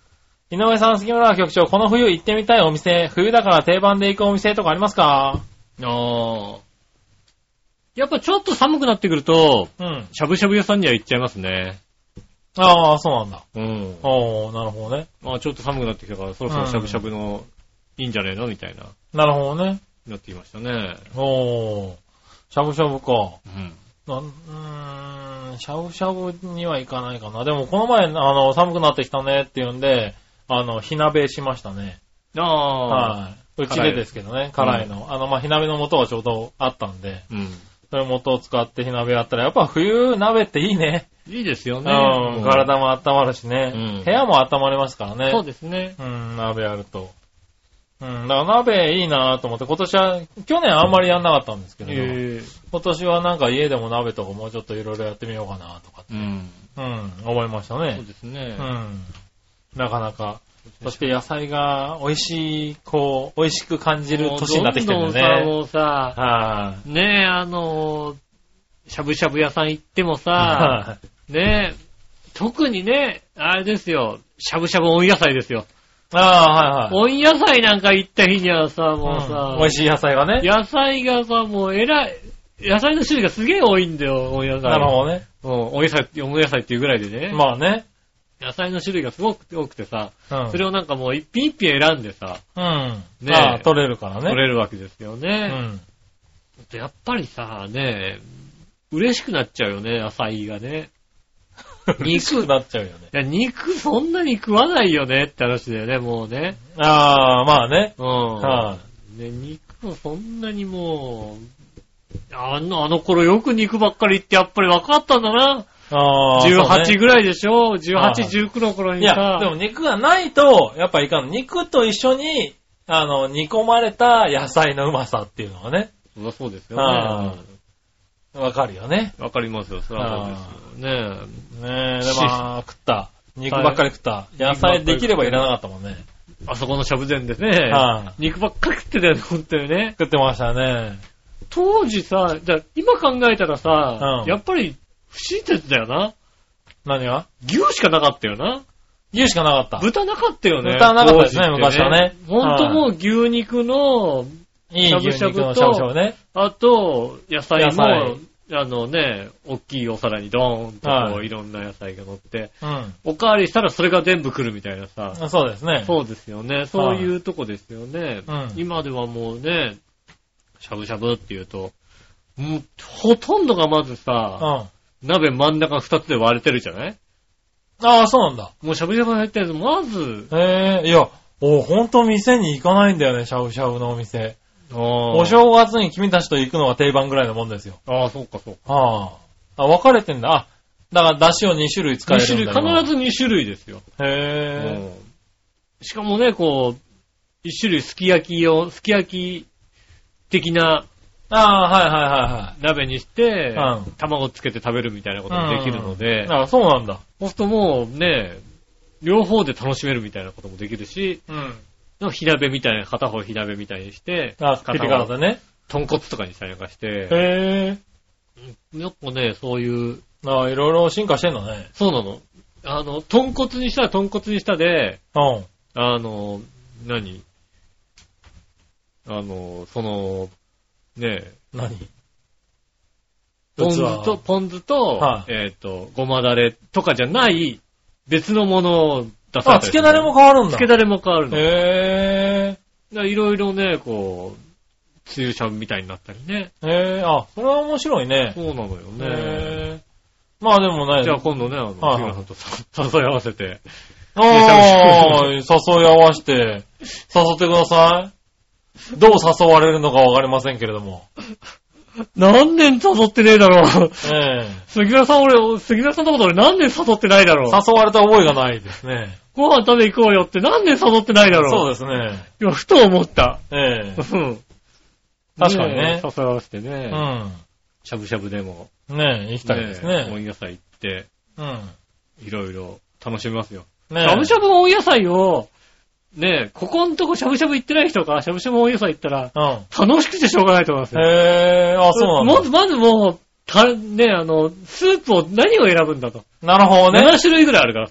井上さん、杉村局長、この冬行ってみたいお店、冬だから定番で行くお店とかありますか？ ああ。やっぱちょっと寒くなってくると、うん。しゃぶしゃぶ屋さんには行っちゃいますね。 ああ、そうなんだ。 うん。 おー、なるほどね。 まあちょっと寒くなってきたから、そろそろしゃぶしゃぶの、いいんじゃねえのみたいな。 なるほどね。 なってきましたね。 おー。しゃぶしゃぶか。 うん。 なうーん、しゃぶしゃぶには行かないかな。でもこの前、あの、寒くなってきたねっていうんで、あの、火鍋しましたね。 ああ。 はい。うちでですけどね、辛いの。うん、あの、まあ、火鍋の素がちょうどあったんで、うん。それ元を使って火鍋やったら、やっぱ冬鍋っていいね。 いいですよね。 うん。体も温まるしね。うん。部屋も温まりますからね。 そうですね。 うん、鍋やると。うん、だから鍋いいなと思って、今年は、去年あんまりやんなかったんですけど、えー、今年はなんか家でも鍋とかもうちょっといろいろやってみようかなとかって、うん、うん、思いましたね。 そうですね。 うん。なかなか。そして野菜が美味しい、こう、美味しく感じる年になってきてるんだね。 もうさ、もうさ、はぁ、ねえ、あの、しゃぶしゃぶ屋さん行ってもさ、ねえ、特にね、あれですよ、しゃぶしゃぶ温野菜ですよ。 ああ、はいはい。 温野菜なんか行った日にはさ、もうさ、 うん、美味しい野菜がね。 野菜がさ、もう偉い、野菜の種類がすげえ多いんだよ、温野菜。 なるほどね。 うん、温野菜、温野菜っていうぐらいでね。 まあね。 野菜の種類がすごく多くてさ、うん、それをなんかもう一品一品選んでさ、 うん。ね、ああ、取れるからね。 取れるわけですよね。うん。やっぱりさ、ね、嬉しくなっちゃうよね、野菜がね。 肉なっちゃうよね。 いや、肉そんなに食わないよねって話だよね、もうね。 ああ、まあね。 うん。はあ、ね、肉をそんなにもう、あの、あの頃よく肉ばっかり言ってやっぱり分かったんだな。ああ。じゅうはちぐらいでしょ ?じゅうはち、じゅうきゅうの頃にさ。 いや、でも肉がないと、やっぱいかん。肉と一緒に、あの、煮込まれた野菜のうまさっていうのはね。 そりゃそうですよね。 わかるよね。 わかりますよ、そりゃそうですよね。 ねえ、でまあ、食った。肉ばっかり食った。野菜できればいらなかったもんね。 あそこのしゃぶ膳でね。はあ、肉ばっかり食ってたよね、ほんとにね。 食ってましたね。 当時さ、じゃ今考えたらさ、うん、やっぱり不親切だよな。 何が？ 牛しかなかったよな。 牛しかなかった。 豚なかったよね。 豚なかったですね、昔はね。 ほんともう牛肉の、しゃぶしゃぶと、ね、あと、野菜も、あのね、大きいお皿にドーンとこう、はい、いろんな野菜が乗って、うん、おかわりしたらそれが全部来るみたいなさ。 そうですね。 そうですよね。そういうとこですよね。はい、今ではもうね、しゃぶしゃぶって言うと、もうほとんどがまずさ、うん、鍋真ん中二つで割れてるじゃない？ ああ、そうなんだ。 もうしゃぶしゃぶ入ってるの、まず。 へえ、いや、おほんと店に行かないんだよね、しゃぶしゃぶのお店。お正月に君たちと行くのが定番ぐらいのもんですよ。 ああ、そうかそうか。 はあ。あ、分かれてんだ。あ、だから出汁をに種類使えるんだよ。 に種類、必ずに種類ですよ。 へえ。 しかもね、こう、いち種類すき焼き用、すき焼き的な、 ああ、はいはいはいはい。 鍋にして、うん、卵つけて食べるみたいなこともできるので。 うん、ああ、そうなんだ。 そうするともうね、両方で楽しめるみたいなこともできるし、うん。の火鍋みたいな、片方火鍋みたいにして、 あ、片方でね。 豚骨とかにしたりなんかして。 へぇー。やっぱね、そういう。 ああ、いろいろ進化してんのね。 そうなの。あの、豚骨にしたら豚骨にしたで、うん。あの、何あの、その、ねえ。 何ポン酢と、ポン酢と、はい、えっと、ごまだれとかじゃない別のものを出されたり、ね。あ、 つけだれも変わるんだ。 つけだれも変わるの。 へぇー。いろいろね、こう、つゆしゃぶみたいになったりね。 へぇー。あ、それは面白いね。 そうなのよね。 へー。まあでもね。 じゃあ今度ね、あの、杉村さんと誘い合わせて。 ああ、誘い合わせて、誘ってください。どう誘われるのかわかりませんけれども。 何年誘ってねえだろう。 ええ。 杉村さん俺、杉村さんのこと俺何年誘ってないだろう。 誘われた覚えがないですね。 ご飯食べ行こうよって何年誘ってないだろう。 そうですね。 今、ふと思った。 ええ。 うん。 確かにね。 誘わせてね。 うん。 しゃぶしゃぶでも。 ねえ、行きたいですね。 温野菜行って。 うん。 いろいろ楽しみますよ。 ねえ。 しゃぶしゃぶの温野菜を、ねえ、ここんとこしゃぶしゃぶ行ってない人がしゃぶしゃぶ温野菜行ったら、うん。楽しくてしょうがないと思いますよ。 へー、あ、そうなんだ。 まず、まずもう、た、ねえ、あの、スープを何を選ぶんだと。 なるほどね。 なな種類ぐらいあるからさ。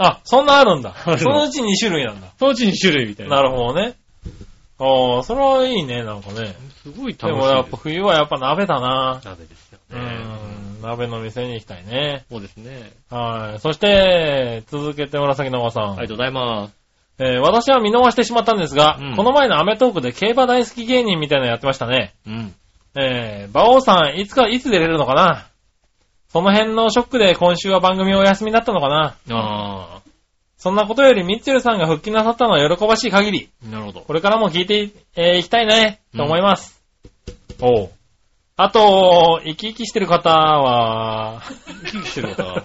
あ、そんなあるんだ。そのうちに種類なんだ。 そのうちに種類みたいな。 なるほどね。ああ、それはいいね、なんかね。 すごい楽しい。 でもやっぱ冬はやっぱ鍋だな。 鍋ですよね。うん。鍋の店に行きたいね。 そうですね。 はい。そして、続けて紫のおばさん。 ありがとうございます。 えー、私は見逃してしまったんですが、 うん、 この前のアメトークで競馬大好き芸人みたいなのやってましたね。 うん。 えー、馬王さん、いつか、いつ出れるのかな？その辺のショックで今週は番組お休みだったのかな？ ああ。 そんなことよりミッチェルさんが復帰なさったのは喜ばしい限り。 なるほど。これからも聞いてい、えー、いきたいね、と思います。うん、おう。あと、生き生きしてる方は、 生き生きしてる方は、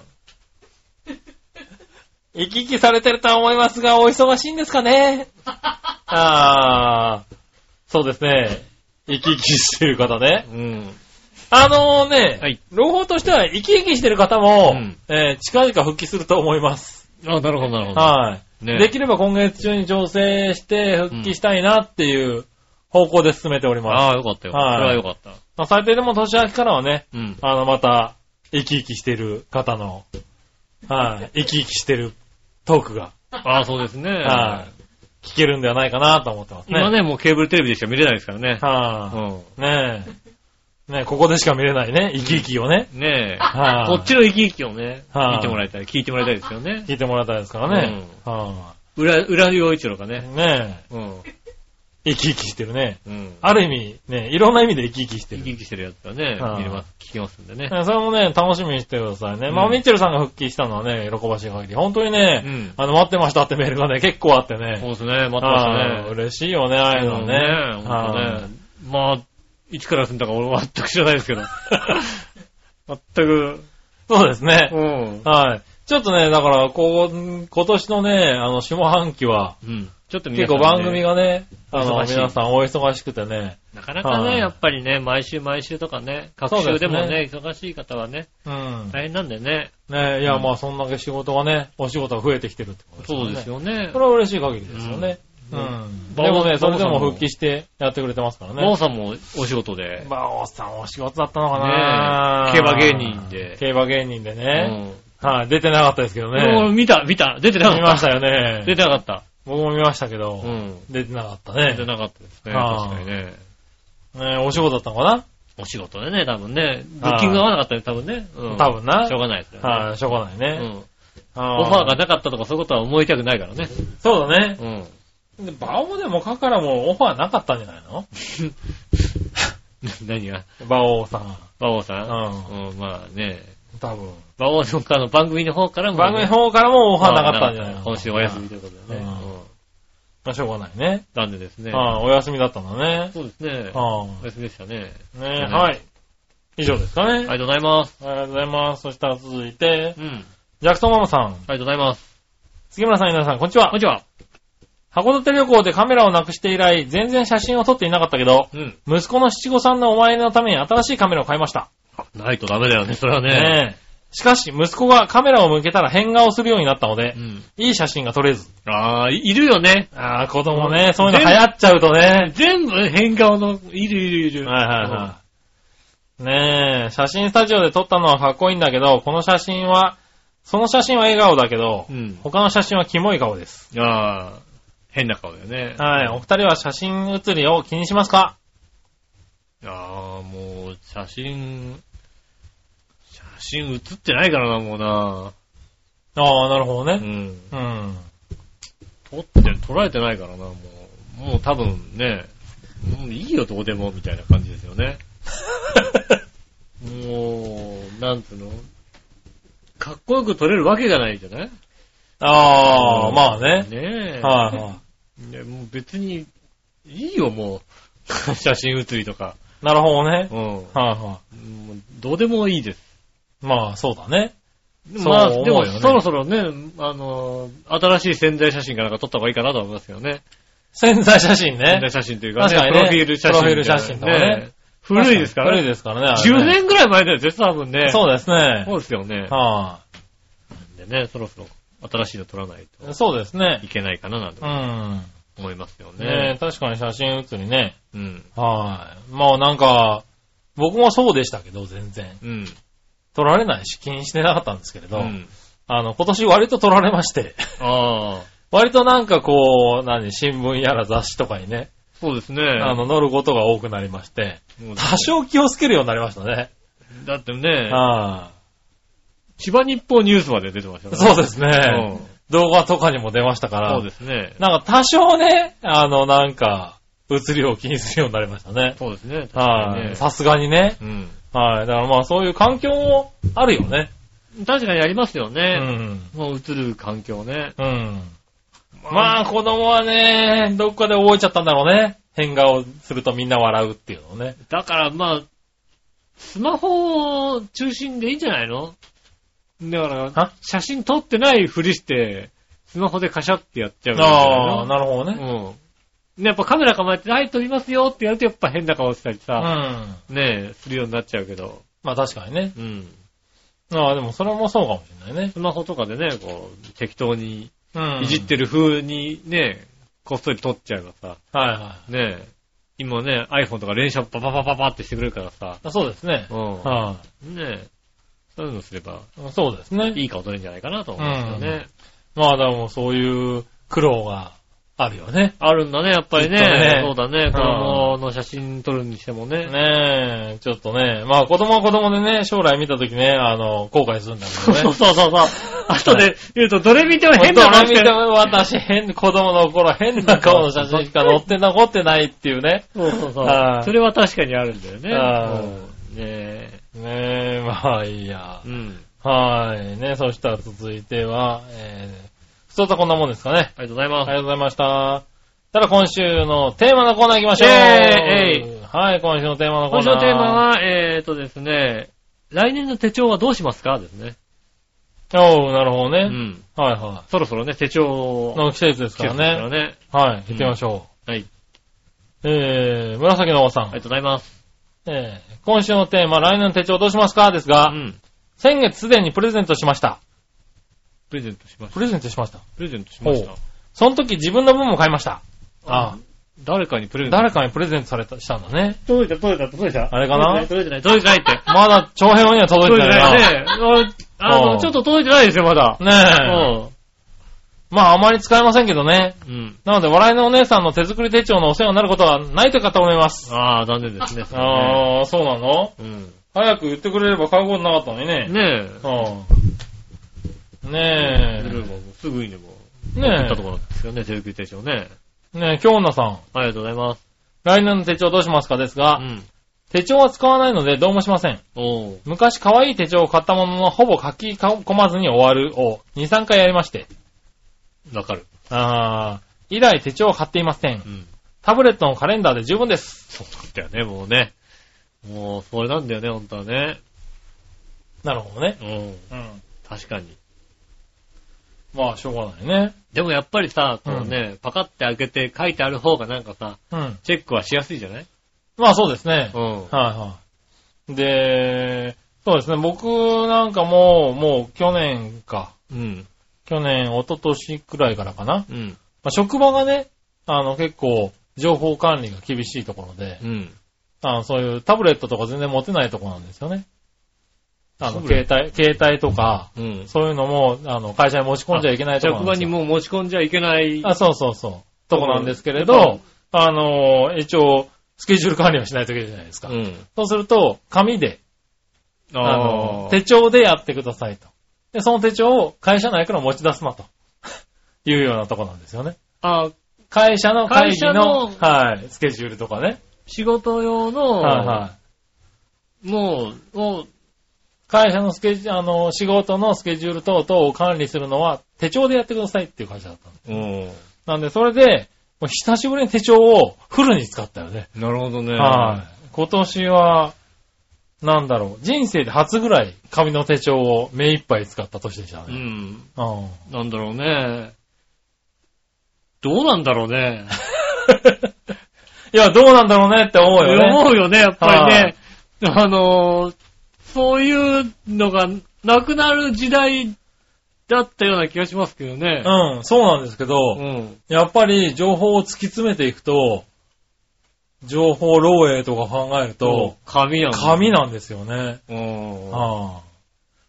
生き生きされてるとは思いますが、お忙しいんですかね？あー、そうですね。生き生きしてる方ね。 うん。 あのーね、 はい、 朗報としては生き生きしてる方も、 うん、 えー、近々復帰すると思います。 あ、なるほど、なるほど。 はい、ね。できれば今月中に調整して復帰したいなっていう方向で進めております。 ああ、よかったよ。はい、それはよかった。 まあ、最低でも年明けからはね、 うん、 あの、また、生き生きしてる方の、はい、生き生きしてるトークが。 ああ、そうですね。 はい、聞けるんではないかなと思ってますね。 今ね、もうケーブルテレビでしか見れないですからね。 はい、うん、ねえ。ねえ、ここでしか見れないね、生き生きをね。 ねえ。はあ、こっちの生き生きをね、はあ、見てもらいたい。聞いてもらいたいですよね。 聞いてもらいたいですからね。 うん。はあ、裏、裏陽一郎がね。 ねえ。うん。生き生きしてるね。うん。ある意味、ね、いろんな意味で生き生きしてる。 生き生きしてるやつがね、はあ、見れます、聞きますんでね。 それもね、楽しみにしてくださいね。うん、まあ、ミッチェルさんが復帰したのはね、喜ばしい限り。本当にね、うん、あの、待ってましたってメールがね、結構あってね。 そうですね、待ってましたね。 嬉しいよね、ああいうのね。 ね、本当ね。まあ、いつから住んだか俺は全く知らないですけど。全く。 そうですね。 うん。 はい。ちょっとね、だから、こう、今年のね、あの、下半期は、 うん。ちょっと皆さん、ね、結構番組がね、あの、皆さんお忙しくてね。 なかなかね、やっぱりね、毎週毎週とかね、各週でもね、ね忙しい方はね、うん。大変なんでね。 ねいや、うん、まあ、そんだけ仕事がね、お仕事が増えてきてるってことですよね。 そうですよね。 これは嬉しい限りですよね。うん。うん、でもね、それでも復帰してやってくれてますからね。 バオさんもお仕事で。 バオさんお仕事だったのかな、 ね、競馬芸人で。 競馬芸人でね。うん、はい、出てなかったですけどね。 もう見た、見た。出てなかった。 見ましたよね。 出てなかった。 僕も見ましたけど、うん、出てなかったね。 出てなかったですね。確かにね。 ねお仕事だったのかなお仕事でね、多分ね。ブッキングが合わなかったね、多分ね。 うん、多分な。 しょうがないですね。 はい、しょうがないね。うん、 オファーがなかったとかそういうことは思いたくないからね。 そうだね。うん。で、バオでもカからもオファーなかったんじゃないの何がバオさん。 バオさんうん。うん、まあね。 多分。 バオのかの番組の方からも、ね。 番組の方からもオファーなかったんじゃないの今週お休みということでね。うん。 まあ、しょうがないね。 なんでですね。 ああ、お休みだったんだね。 そうですね。ああ。お休みでしたね。 ねはい。以上ですかね。ありがとうございます。 ありがとうございます。そしたら続いて、 うん。 ジャクソンママさん。ありがとうございます。 杉村さん、皆さん、こんにちは。 こんにちは。 函館旅行でカメラをなくして以来、全然写真を撮っていなかったけど、うん、息子の七五三のお参りのために新しいカメラを買いました。 ないとダメだよね、それはね。 ねえ。しかし、息子がカメラを向けたら変顔するようになったので、うん、いい写真が撮れず。 ああ、いるよね。 ああ、子供ね、そういうの流行っちゃうとね。 全部変顔の、いるいるいる。 はいはいはい。ねえ、写真スタジオで撮ったのはかっこいいんだけど、この写真は、その写真は笑顔だけど、うん、他の写真はキモい顔です。 ああ、変な顔だよね。 はい、お二人は写真写りを気にしますか？ ああ、もう、写真、写真写ってないからな、もうな。 ああ、なるほどね。 うん。 うん。 撮って、撮られてないからな、もう。もう多分ね、もういいよ、どうでも、みたいな感じですよね。もう、なんつうのかっこよく撮れるわけがないじゃない？ ああ、まあね。 ねえ。 はいはい。 ね、もう別に、いいよ、もう。写真写りとか。 なるほどね。 うん。 はいはい。 どうでもいいです。 まあ、そうだね。 まあ、でも、そろそろね、あの、新しい宣材写真かなんか撮った方がいいかなと思いますよね。 宣材写真ね。 宣材写真というかね。 確かにね。 プロフィール写真。 プロフィール写真とかね。 古いですからね。 古いですからね。 じゅうねんぐらい前だよ、絶対多分ね。 そうですね。 そうですよね。 はぁ。でね、そろそろ新しいの撮らないと。 そうですね。 いけないかななんて思いますよね。 ねえ、確かに写真写りね。 うん。 はい。まあなんか、僕もそうでしたけど、全然。 うん。 撮られないし、気にしてなかったんですけれど、うん、 あの、今年割と撮られまして。 ああ。 割となんかこう、何、新聞やら雑誌とかにね。 そうですね。 あの、載ることが多くなりまして。多少気をつけるようになりましたね。 だってね、 あ千葉日報ニュースまで出てましたね。 そうですね、うん。動画とかにも出ましたから。 そうですね。 なんか多少ね、あの、なんか、映りを気にするようになりましたね。 そうですね。 はい。さすがにね。 うん。 はい。だからまあそういう環境もあるよね。 確かにありますよね。 うん。 もう映る環境ね。 うん。まあ、まあ、子供はね、どっかで覚えちゃったんだろうね。変顔するとみんな笑うっていうのをね。 だからまあ、スマホを中心でいいんじゃないの？だから、写真撮ってないふりして、スマホでカシャってやっちゃう。 ああ、なるほどね。 うん。やっぱカメラ構えて、はい、撮りますよってやるとやっぱ変な顔したりさ、 うん。 ねえ、するようになっちゃうけど。 まあ確かにね。 うん。 ああ、でもそれもそうかもしれないね。 スマホとかでね、こう、適当に、いじってる風にね、こっそり撮っちゃえばさ。 はいはい。 ねえ。今ね、iPhone とか連写パパパパパってしてくれるからさ。 あ、そうですね。 うん。 はい、 ねえ。そういうのすれば。 そうですね。 いい顔撮れるんじゃないかなと思うんですよね。 うん、まあでもそういう苦労があるよね。 あるんだね、やっぱりね。ねそうだね。子供の写真撮るにしてもね。 ねえ、ちょっとね。まあ子供は子供でね、将来見たときね、あの、後悔するんだけどね。 そうそうそうそう。後で言うと、どれ見ても変な顔してる。 どれ見ても私変、子供の頃変な顔の写真しか載って残ってないっていうね。 そうそうそう。それは確かにあるんだよね。 ねえ。 ねえ、まあいいや。 うん。 はい。ね、そしたら続いては、えー、普通とこんなもんですかね。 ありがとうございます。 ありがとうございました。ただ今週のテーマのコーナー行きましょう。 えー、えー、はい、今週のテーマのコーナー。 今週のテーマは、えーとですね、来年の手帳はどうしますかですね。 おー、なるほどね。 うん。 はいはい。 そろそろね、手帳の季節ですからね。 季節ですからね。 はい、行ってみましょう。うん、はい。 えー、紫のおばさん。 ありがとうございます。 えー、今週のテーマ、来年の手帳どうしますかですが、うん、先月すでにプレゼントしました。 プレゼントしました。 プレゼントしました。 プレゼントしました。 その時自分の分も買いました。ああ。 誰かにプレゼント誰かにプレゼントされた、したんだね。 届いた、届いた、届いた。 あれかな届いてない、届いてないって。 まだ、長編には届いてないな。 届いてないね。あの、ちょっと届いてないですよ、まだ。 ねえ。まあ、あまり使えませんけどね。 うん。 なので、笑いのお姉さんの手作り手帳のお世話になることはないという方思います。 ああ、残念ですね。 ああ、そうなのうん。 早く言ってくれれば買うことなかったのにね。 ねえ。ねえ。 すぐにでも。 ねえ。 言ったところなんですよね、手作り手帳ね。 ねえ、京女さん。 ありがとうございます。 来年の手帳どうしますかですが、うん、手帳は使わないのでどうもしません。 お昔可愛い手帳を買ったもののほぼ書き込まずに終わるをに、さんかいやりまして。 わかる。 あー、以来手帳を買っていません。うん、タブレットのカレンダーで十分です。 そうだよね、もうね。もう、それなんだよね、ほんとはね。 なるほどね。 うん。うん。確かに。 まあ、しょうがないね。 でもやっぱりさ、このね、うん、パカって開けて書いてある方がなんかさ、うん、チェックはしやすいじゃない？ まあそうですね。 うん。 はいはい。で、そうですね、僕なんかも、もう去年か。 うん。 去年、一昨年くらいからかな。 うん。 まあ、職場がね、あの結構、情報管理が厳しいところで、 うん。 あのそういうタブレットとか全然持てないところなんですよね。あの、携帯、携帯とか、うん、そういうのも、あの、会社に持ち込んじゃいけないところなんですよ。 職場にもう持ち込んじゃいけない。 あ、そうそうそう。とこなんですけれど、あの、一応、スケジュール管理はしないといけないじゃないですか。 うん、 そうすると、紙で、 ああの、手帳でやってくださいと。で、その手帳を会社内から持ち出すなと。いうようなとこなんですよね。 あ、 会社の会議の、はい、スケジュールとかね。 仕事用の、 はいはい。 もう、もう、 会社のスケジュール、あの、仕事のスケジュール等々を管理するのは手帳でやってくださいっていう会社だったんです。 うん。なんで、それで、もう久しぶりに手帳をフルに使ったよね。 なるほどね。 はい。今年は、なんだろう、人生で初ぐらい紙の手帳を目いっぱい使った年でしたね。 うん。 うん。 なんだろうね。どうなんだろうね。 いや、どうなんだろうねって思うよね。 思うよね、やっぱりね。あのー、そういうのがなくなる時代だったような気がしますけどね。 うん、そうなんですけど、うん、やっぱり情報を突き詰めていくと、情報漏洩とか考えると、 紙なん紙なんですよね。 うん。 はあ、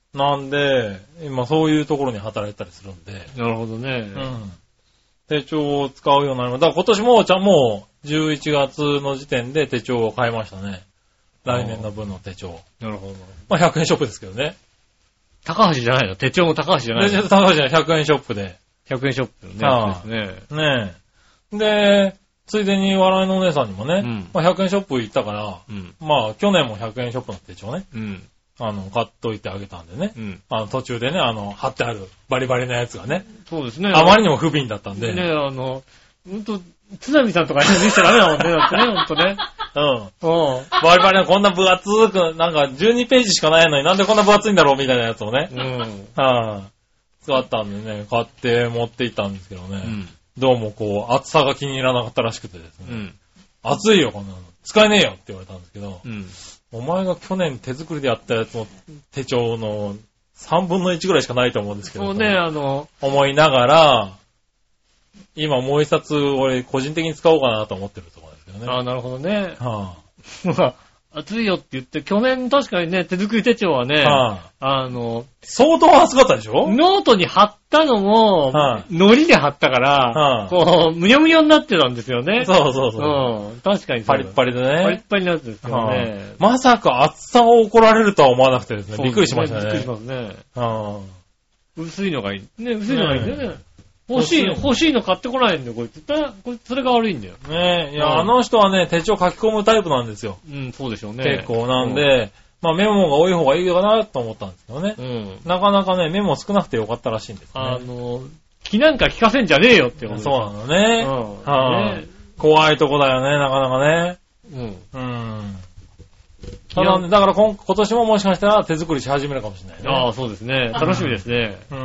なんで、今そういうところに働いたりするんで。 なるほどね。 うん。手帳を使うようになりました。だから今年も、ちゃんもう、じゅういちがつの時点で手帳を買いましたね。来年の分の手帳。 なるほど。 まあひゃくえんショップですけどね。 高橋じゃないの？手帳も高橋じゃないの？ 高橋じゃない、ひゃくえんショップで。 ひゃくえんショップのね。ああですね。ねえ。で、ついでに笑いのお姉さんにもね、うん、まあひゃくえんショップ行ったから、うん、まあ去年もひゃくえんショップの手帳ね、うん、あの、買っといてあげたんでね、うん、あの途中でね、あの、貼ってあるバリバリなやつがね、 そうですね。 あまりにも不憫だったんで。 ねえ、あの、ほんと、津波さんとか見せちゃダメだもんね、だってね、ほんとね。 うん。うん。バリバリなこんな分厚く、なんかじゅうにページしかないのになんでこんな分厚いんだろうみたいなやつをね。うん。はい、あ、使ったんでね、買って持って行ったんですけどね。うん、どうもこう、厚さが気に入らなかったらしくてですね。うん。熱いよ、こんなの。使えねえよって言われたんですけど。うん。お前が去年手作りでやったやつの手帳のさんぶんのいちぐらいしかないと思うんですけど。 そうね、あの、 思いながら、今もう一冊俺個人的に使おうかなと思ってるところですけどね。 ああ、なるほどね。はあ、熱いよって言って、去年確かにね、手作り手帳はね、はあ、あの、 相当熱かったでしょ？ ノートに貼ったのも、はあ、糊で貼ったから、はあ、こう、むにょむにょになってたんですよね。 そうそうそう。 うん、確かにそう。 パリッパリでね。 パリッパリになってるんですよね、 はあ。まさか厚さを怒られるとは思わなくてですね。びっくりしましたね。 びっくりしますね。 はあ、 薄いのがいい。ね、薄いのがいいんだよね。ね、欲しいの、欲しいの買ってこないんだよ、こいつ。こいつ、それが悪いんだよ。 ねえ、いや、うん、あの人はね、手帳書き込むタイプなんですよ。 うん、そうでしょうね。 結構なんで、うん、まあメモが多い方がいいかなと思ったんですけどね。うん。なかなかね、メモ少なくてよかったらしいんですね。 あの、気なんか聞かせんじゃねえよってこと。 そうなのね。うん。はあ、ね、怖いとこだよね、なかなかね。うん。うん。ただ、ね、だから今、今年ももしかしたら手作りし始めるかもしれないね。 ああ、そうですね。楽しみですね。 うん。うん、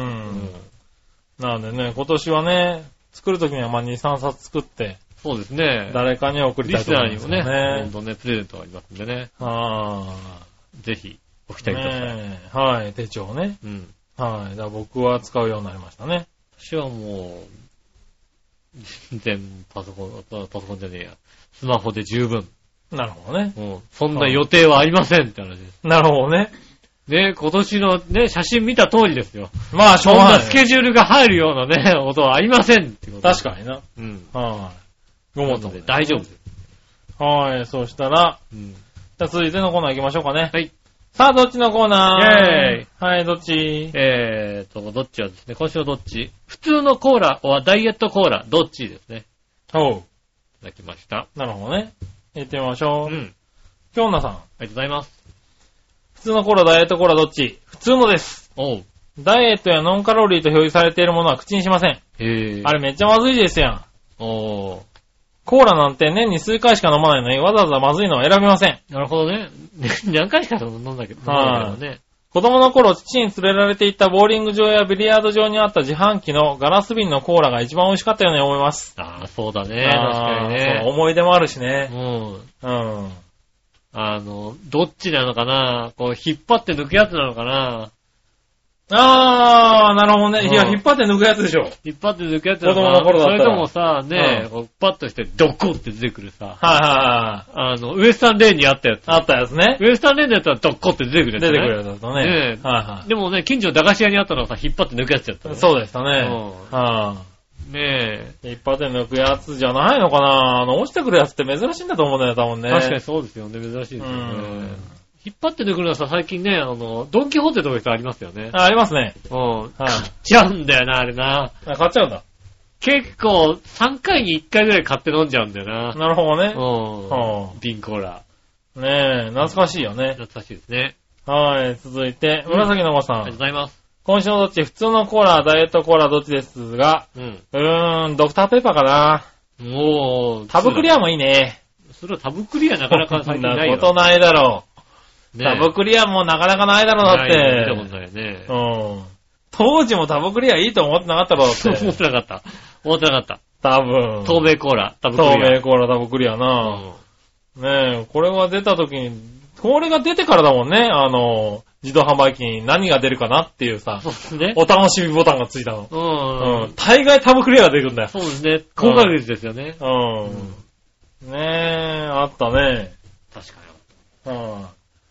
なのでね、今年はね、作るときにはまあに、さんさつ作って。 そうですね。 誰かに送りたいと思います、ね。 リスナーにもね、どんどんね、プレゼントがありますんでね。ああ。ぜひ、ご期待ください。 ね、はい、手帳ね。うん。はい。だから僕は使うようになりましたね。 私はもう、全然パソコン、パソコンじゃねえや。スマホで十分。 なるほどね。 うん。そんな予定はありませんって話です。 なるほどね。 ね、今年のね、写真見た通りですよ。 まあ、しょうがない。 そんなスケジュールが入るようなね、ことはありませんってこと。 確かにな。うん。はい。ごもっともで大丈夫です。 はい、そうしたら、うん。じゃあ続いてのコーナー行きましょうかね。 はい。 さあ、どっちのコーナー？ イェーイ。 はい、どっち？ えーと、どっちはですね、今週はどっち？普通のコーラはダイエットコーラ、どっちですね。 おう。いただきました。 なるほどね。行ってみましょう。うん。きょうなさん。ありがとうございます。 普通のコーラ、ダイエットコーラどっち？普通のです。 おう。 ダイエットやノンカロリーと表示されているものは口にしません。 へー。 あれめっちゃまずいですやん。 おー。 コーラなんて年に数回しか飲まないのにわざわざまずいのは選びません。 なるほどね。何回しか飲んだけど。 はい、ね。子供の頃、父に連れられて行ったボーリング場やビリヤード場にあった自販機のガラス瓶のコーラが一番美味しかったように思います。 ああ、そうだね。確かにね。 そう、思い出もあるしね。 うん。うん。あの、どっちなのかな？こう、引っ張って抜くやつなのかな？ あー、なるほどね。いや、引っ張って抜くやつでしょ。 引っ張って抜くやつなのかな？ 子供の頃だったら。 それともさ、ね、うん、こうパッとしてドコって出てくるさ。 はいはいはい。あの、ウエスタンレーンにあったやつ。 あったやつね。 ウエスタンレーンのやつはドコって出てくるやつね。 出てくるやつだったね。 ねえ。はいはい。でもね、近所の駄菓子屋にあったのはさ、引っ張って抜くやつやったね。 そうでしたね。うん。はぁ、ねえ。引っ張って抜くやつじゃないのかな？あの、落ちてくるやつって珍しいんだと思うんだよ、多分ね。 確かにそうですよね。珍しいですよね。引っ張って抜くのはさ、最近ね、あの、ドンキホーテとかありますよね。 あ、ありますね。 うん。はい。買っちゃうんだよな、あれな。 あ、買っちゃうんだ。 結構、さんかいにいっかいぐらい買って飲んじゃうんだよな。 なるほどね。 うん。はあ、瓶コーラ。 ねえ、懐かしいよね。 懐かしいですね。 はい、続いて、紫のおばさん。ありがとうございます。 今週のどっち、普通のコーラ、ダイエットコーラどっちですが、うん。うーん、ドクターペッパーかな。 おー。 タブクリアもいいね。 それはタブクリアなかなか最近ないよ。 そんなことないだろう。ね、タブクリアもなかなかないだろうだって。 見たことないね。 うん。当時もタブクリアいいと思ってなかったろうだって。 思ってなかった。思ってなかった。 多分。 透明コーラ、タブクリア。 透明コーラ、タブクリアな。うん、ねえ、これが出た時に、これが出てからだもんね。あの、自動販売機に何が出るかなっていうさ。そうですね。お楽しみボタンがついたの。うん。うん。大概タブクリアが出るんだよ。 そうですね。高確率ですよね。 うん。うん、ねえ、あったね。 確かに。うん。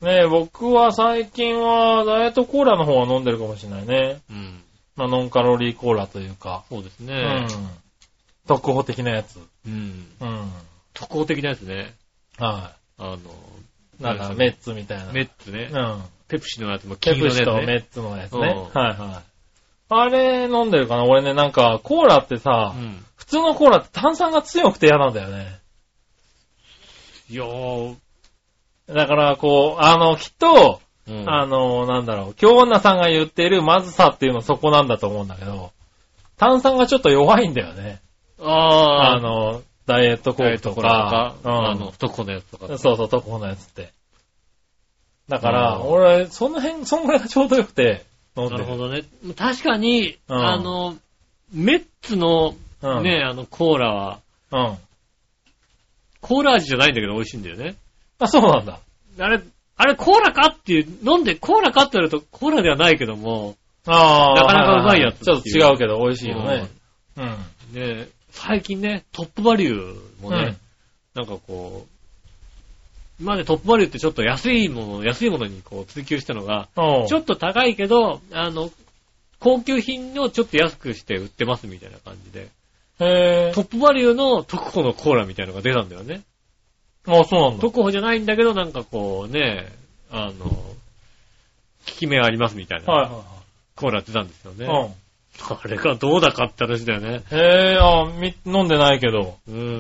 ねえ、僕は最近はダイエットコーラの方は飲んでるかもしれないね。うん。まあ、ノンカロリーコーラというか。 そうですね。うん。 特報的なやつ。 うん。うん。特報的なやつね。 はい。 あの、 なんかメッツみたいな。 メッツね。 うん。 ペプシのやつも黄色のやつ、ね。ペプシとメッツのやつね。はいはい。あれ飲んでるかな？俺ね、なんかコーラってさ、うん、普通のコーラって炭酸が強くて嫌なんだよね。 いやー。 だからこう、あの、きっと、うん、あの、なんだろう、京女さんが言っているまずさっていうのそこなんだと思うんだけど、炭酸がちょっと弱いんだよね。 ああ。 あの、ダイエットコークとか、 うん、あの、特保のやつとか。 そうそう、特保のやつって。だから、俺、その辺、そんぐらいがちょうどよくて、 なるほどね。確かに、うん、あの、メッツの、うん、ね、あの、コーラは、うん。コーラ味じゃないんだけど美味しいんだよね。 あ、そうなんだ。 あれ、あれコーラかっていう、飲んで、コーラかって言われるとコーラではないけども、 あなかなかうまいやつ。 ちょっと違うけど美味しいよね。 うん。うん、ね、最近ね、トップバリューもね、うん、なんかこう、今までトップバリューってちょっと安いもの、安いものにこう追求したのが、ちょっと高いけど、あの、高級品をちょっと安くして売ってますみたいな感じで。 へー。 トップバリューの特保のコーラみたいなのが出たんだよね。 あ、そうなんだ。 特保じゃないんだけど、なんかこうね、あの、効き目ありますみたいな。 はいはいはい。 コーラ出たんですよね。 うん。 あれがどうだかって話だよね。 へぇー、あみ、飲んでないけど。 うん。うん。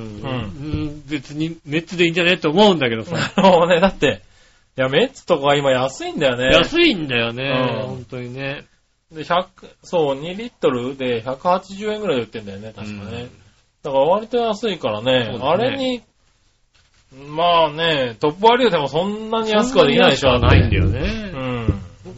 別に、メッツでいいんじゃねって思うんだけどさ。 もうね、だって、いや、メッツとか今安いんだよね。 安いんだよね。うん、本当にね。 で、ひゃく、そう、にリットルでひゃくはちじゅうえんぐらいで売ってんだよね、確かね。うん、だから割と安いからね、ねあれに、まあね、トップバリューでもそんなに安くはできないでしょ。 ないんだよね。 うん。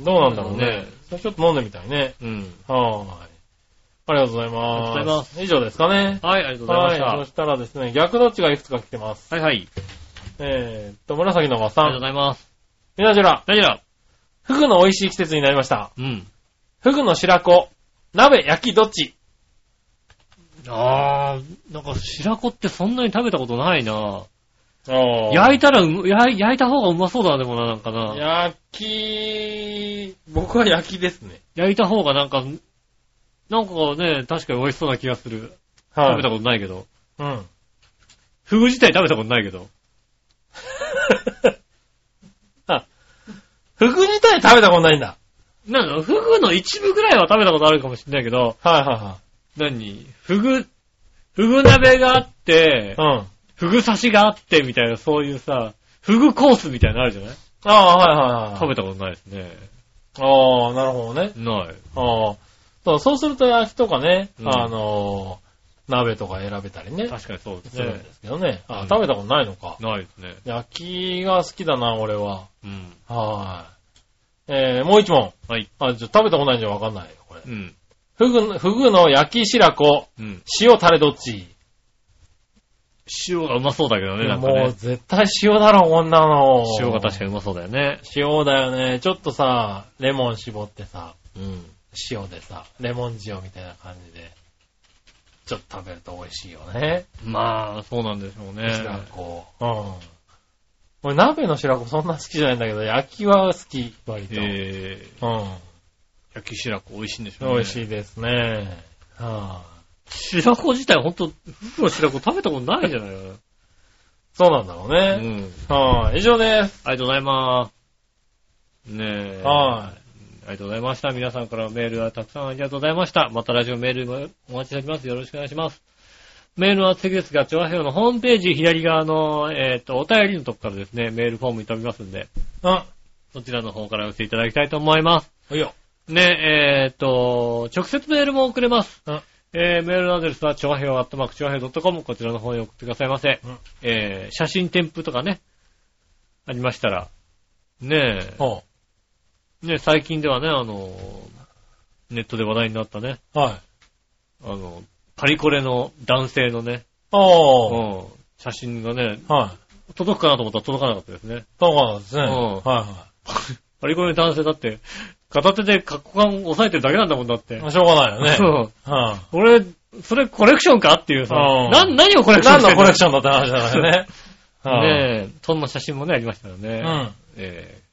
どうなんだろうね。ちょっと飲んでみたいね。 うん。 はーい。ありがとうございます。ありがとうございます。以上ですかね。 はい、ありがとうございました。 はい、そしたらですね、逆どっちがいくつか来てます。 はいはい。 えーっと、紫のおばさん。 ありがとうございます。 みなじら。 なじら。 フグの美味しい季節になりました。 うん。 フグの白子、鍋、焼き、どっち？ あー、なんか白子ってそんなに食べたことないな。焼いたらう、焼い、焼いた方がうまそうだでもな、なんかな。 焼き、僕は焼きですね。 焼いた方がなんか、なんかね、確かに美味しそうな気がする。はい。食べたことないけど。 うん。 フグ自体食べたことないけど。 あ、フグ自体食べたことないんだ。 なんだ、フグの一部ぐらいは食べたことあるかもしれないけど。 はいはいはい。 何フグ、フグ鍋があって、 うん。 フグ刺しがあってみたいな、そういうさ、フグコースみたいなのあるじゃない？ ああ、はいはいはい。 食べたことないですね。 ああ、なるほどね。 ない。 ああ。そう、そうすると焼きとかね、うん、あのー、鍋とか選べたりね。 確かにそうですね。 するんですけどね。あ、うん、食べたことないのか。 ないですね。 焼きが好きだな、俺は。 うん。 はい。えー、もう一問。 はい。 あ、じゃ食べたことないんじゃわかんないよ、これ。 うん。 フグ、フグの焼き白子、うん、塩タレどっち？ 塩がうまそうだけどね、なんかね。 もう絶対塩だろ、こんなの。 塩が確かにうまそうだよね。 塩だよね。ちょっとさ、レモン絞ってさ、 うん、 塩でさ、レモン塩みたいな感じで、ちょっと食べると美味しいよね。 まあ、そうなんでしょうね。 白子。うん。俺鍋の白子そんな好きじゃないんだけど、焼きは好き、割と。 えー、うん。焼き白子美味しいんでしょうね。 美味しいですね。はぁ、あ。 白子自体ほんと、フグの白子食べたことないじゃないの。 そうなんだろうね。うん。はぁ、あ、以上です。 ありがとうございます。ねえ。 はい。 ありがとうございました。皆さんからメールがたくさんありがとうございました。またラジオメールもお待ちしております。よろしくお願いします。メールは次ですが、調和表のホームページ左側の、えっと、お便りのとこからですね、メールフォームに飛びますんで、 うん。 そちらの方から寄せていただきたいと思います。 はいよ。 ねえ、えっと、直接メールも送れます。 うん。 えー、メールアドレスは、ちょわへいアットマークちょわへい .com、こちらの方に送ってくださいませ。 うん、 えー、写真添付とかね、ありましたら、ねえ、 はあ、ねえ、最近ではね、あの、ネットで話題になったね、 はい。 あの、パリコレの男性のね、 ああ、 うん、写真がね、 はい。 届くかなと思ったら届かなかったですね。 届かなかったですね。 うん。はいはい。 パリコレの男性だって、片手でカッコ感押さえてるだけなんだもんだって。 しょうがないよね。 そう。 はあ、 俺、それコレクションかっていうさ、な、何をコレクションしてるの？ 何のコレクションだって話だからね。 はあ、ねえ、そんな写真もね、ありましたよね。 うん。 え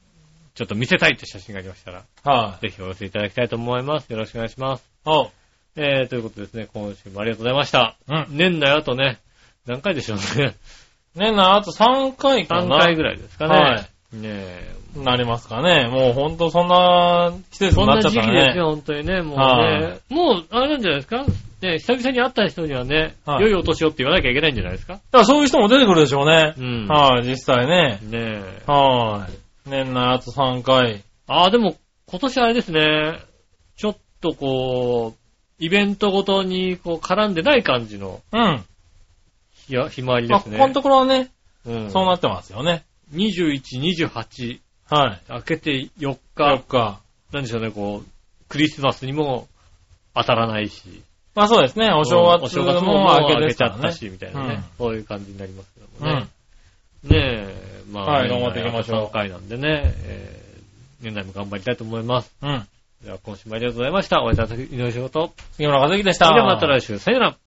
ちょっと見せたいって写真がありましたら、はい。ぜひお寄せいただきたいと思います。よろしくお願いします。 おう。 えー、ということですね、今週もありがとうございました。うん。年内あとね、何回でしょうね。 年内あとさんかいかな。 さんかいぐらいですかね。はい。ねえ。なりますかね。もうほんとそんな季節になっちゃったね。そんな時期ですよ、ほんとにね。もうね。はい、もう、あれなんじゃないですかね、久々に会った人にはね、はい、良いお年をって言わなきゃいけないんじゃないですか。だからそういう人も出てくるでしょうね。うん。はい、実際ね。ねえ。はい。年内あとさんかい。 ああ、でも、今年あれですね、ちょっとこう、イベントごとにこう絡んでない感じの、うん。ひや、ひまわりですね。 まあ、このところはね、うん、そうなってますよね。 にじゅういち、にじゅうはち。はい。明けてよっか。 よっか。 なんでしょうね、こう、クリスマスにも当たらないし。 まあそうですね、お正月も明けちゃったし、 みたいなね、うん。そういう感じになりますけどもね。うん、ねえ、まあ、はい、頑張っていきましょう。さんかいなんでね、えー、年内も頑張りたいと思います。うん。では今週もありがとうございました。お会いいたい井上仕事。 杉村和之でした。 それではまた来週、さよなら。